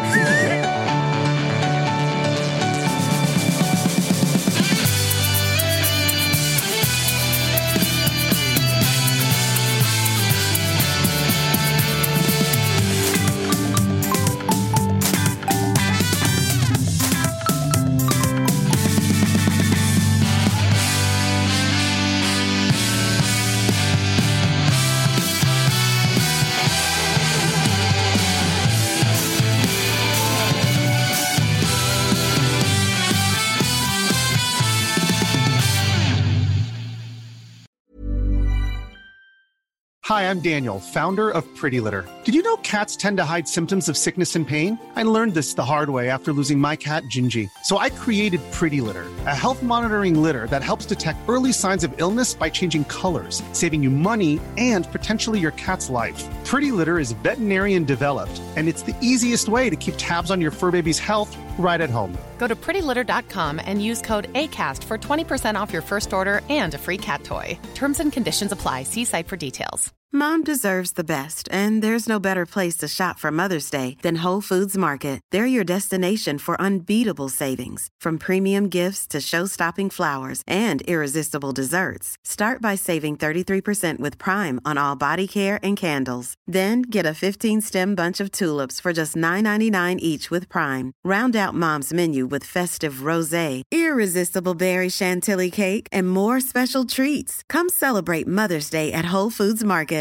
Hi, I'm Daniel, founder of Pretty Litter. Did you know cats tend to hide symptoms of sickness and pain? I learned this the hard way after losing my cat, Gingy. So I created Pretty Litter, a health monitoring litter that helps detect early signs of illness by changing colors, saving you money and potentially your cat's life. Pretty Litter is veterinarian developed, and it's the easiest way to keep tabs on your fur baby's health right at home. Go to prettylitter.com and use code ACAST for 20% off your first order and a free cat toy. Terms and conditions apply. See site for details. Mom deserves the best, and there's no better place to shop for Mother's Day than Whole Foods Market. They're your destination for unbeatable savings, from premium gifts to show-stopping flowers and irresistible desserts. Start by saving 33% with Prime on all body care and candles. Then get a 15-stem bunch of tulips for just $9.99 each with Prime. Round out Mom's menu with festive rosé, irresistible berry chantilly cake, and more special treats. Come celebrate Mother's Day at Whole Foods Market.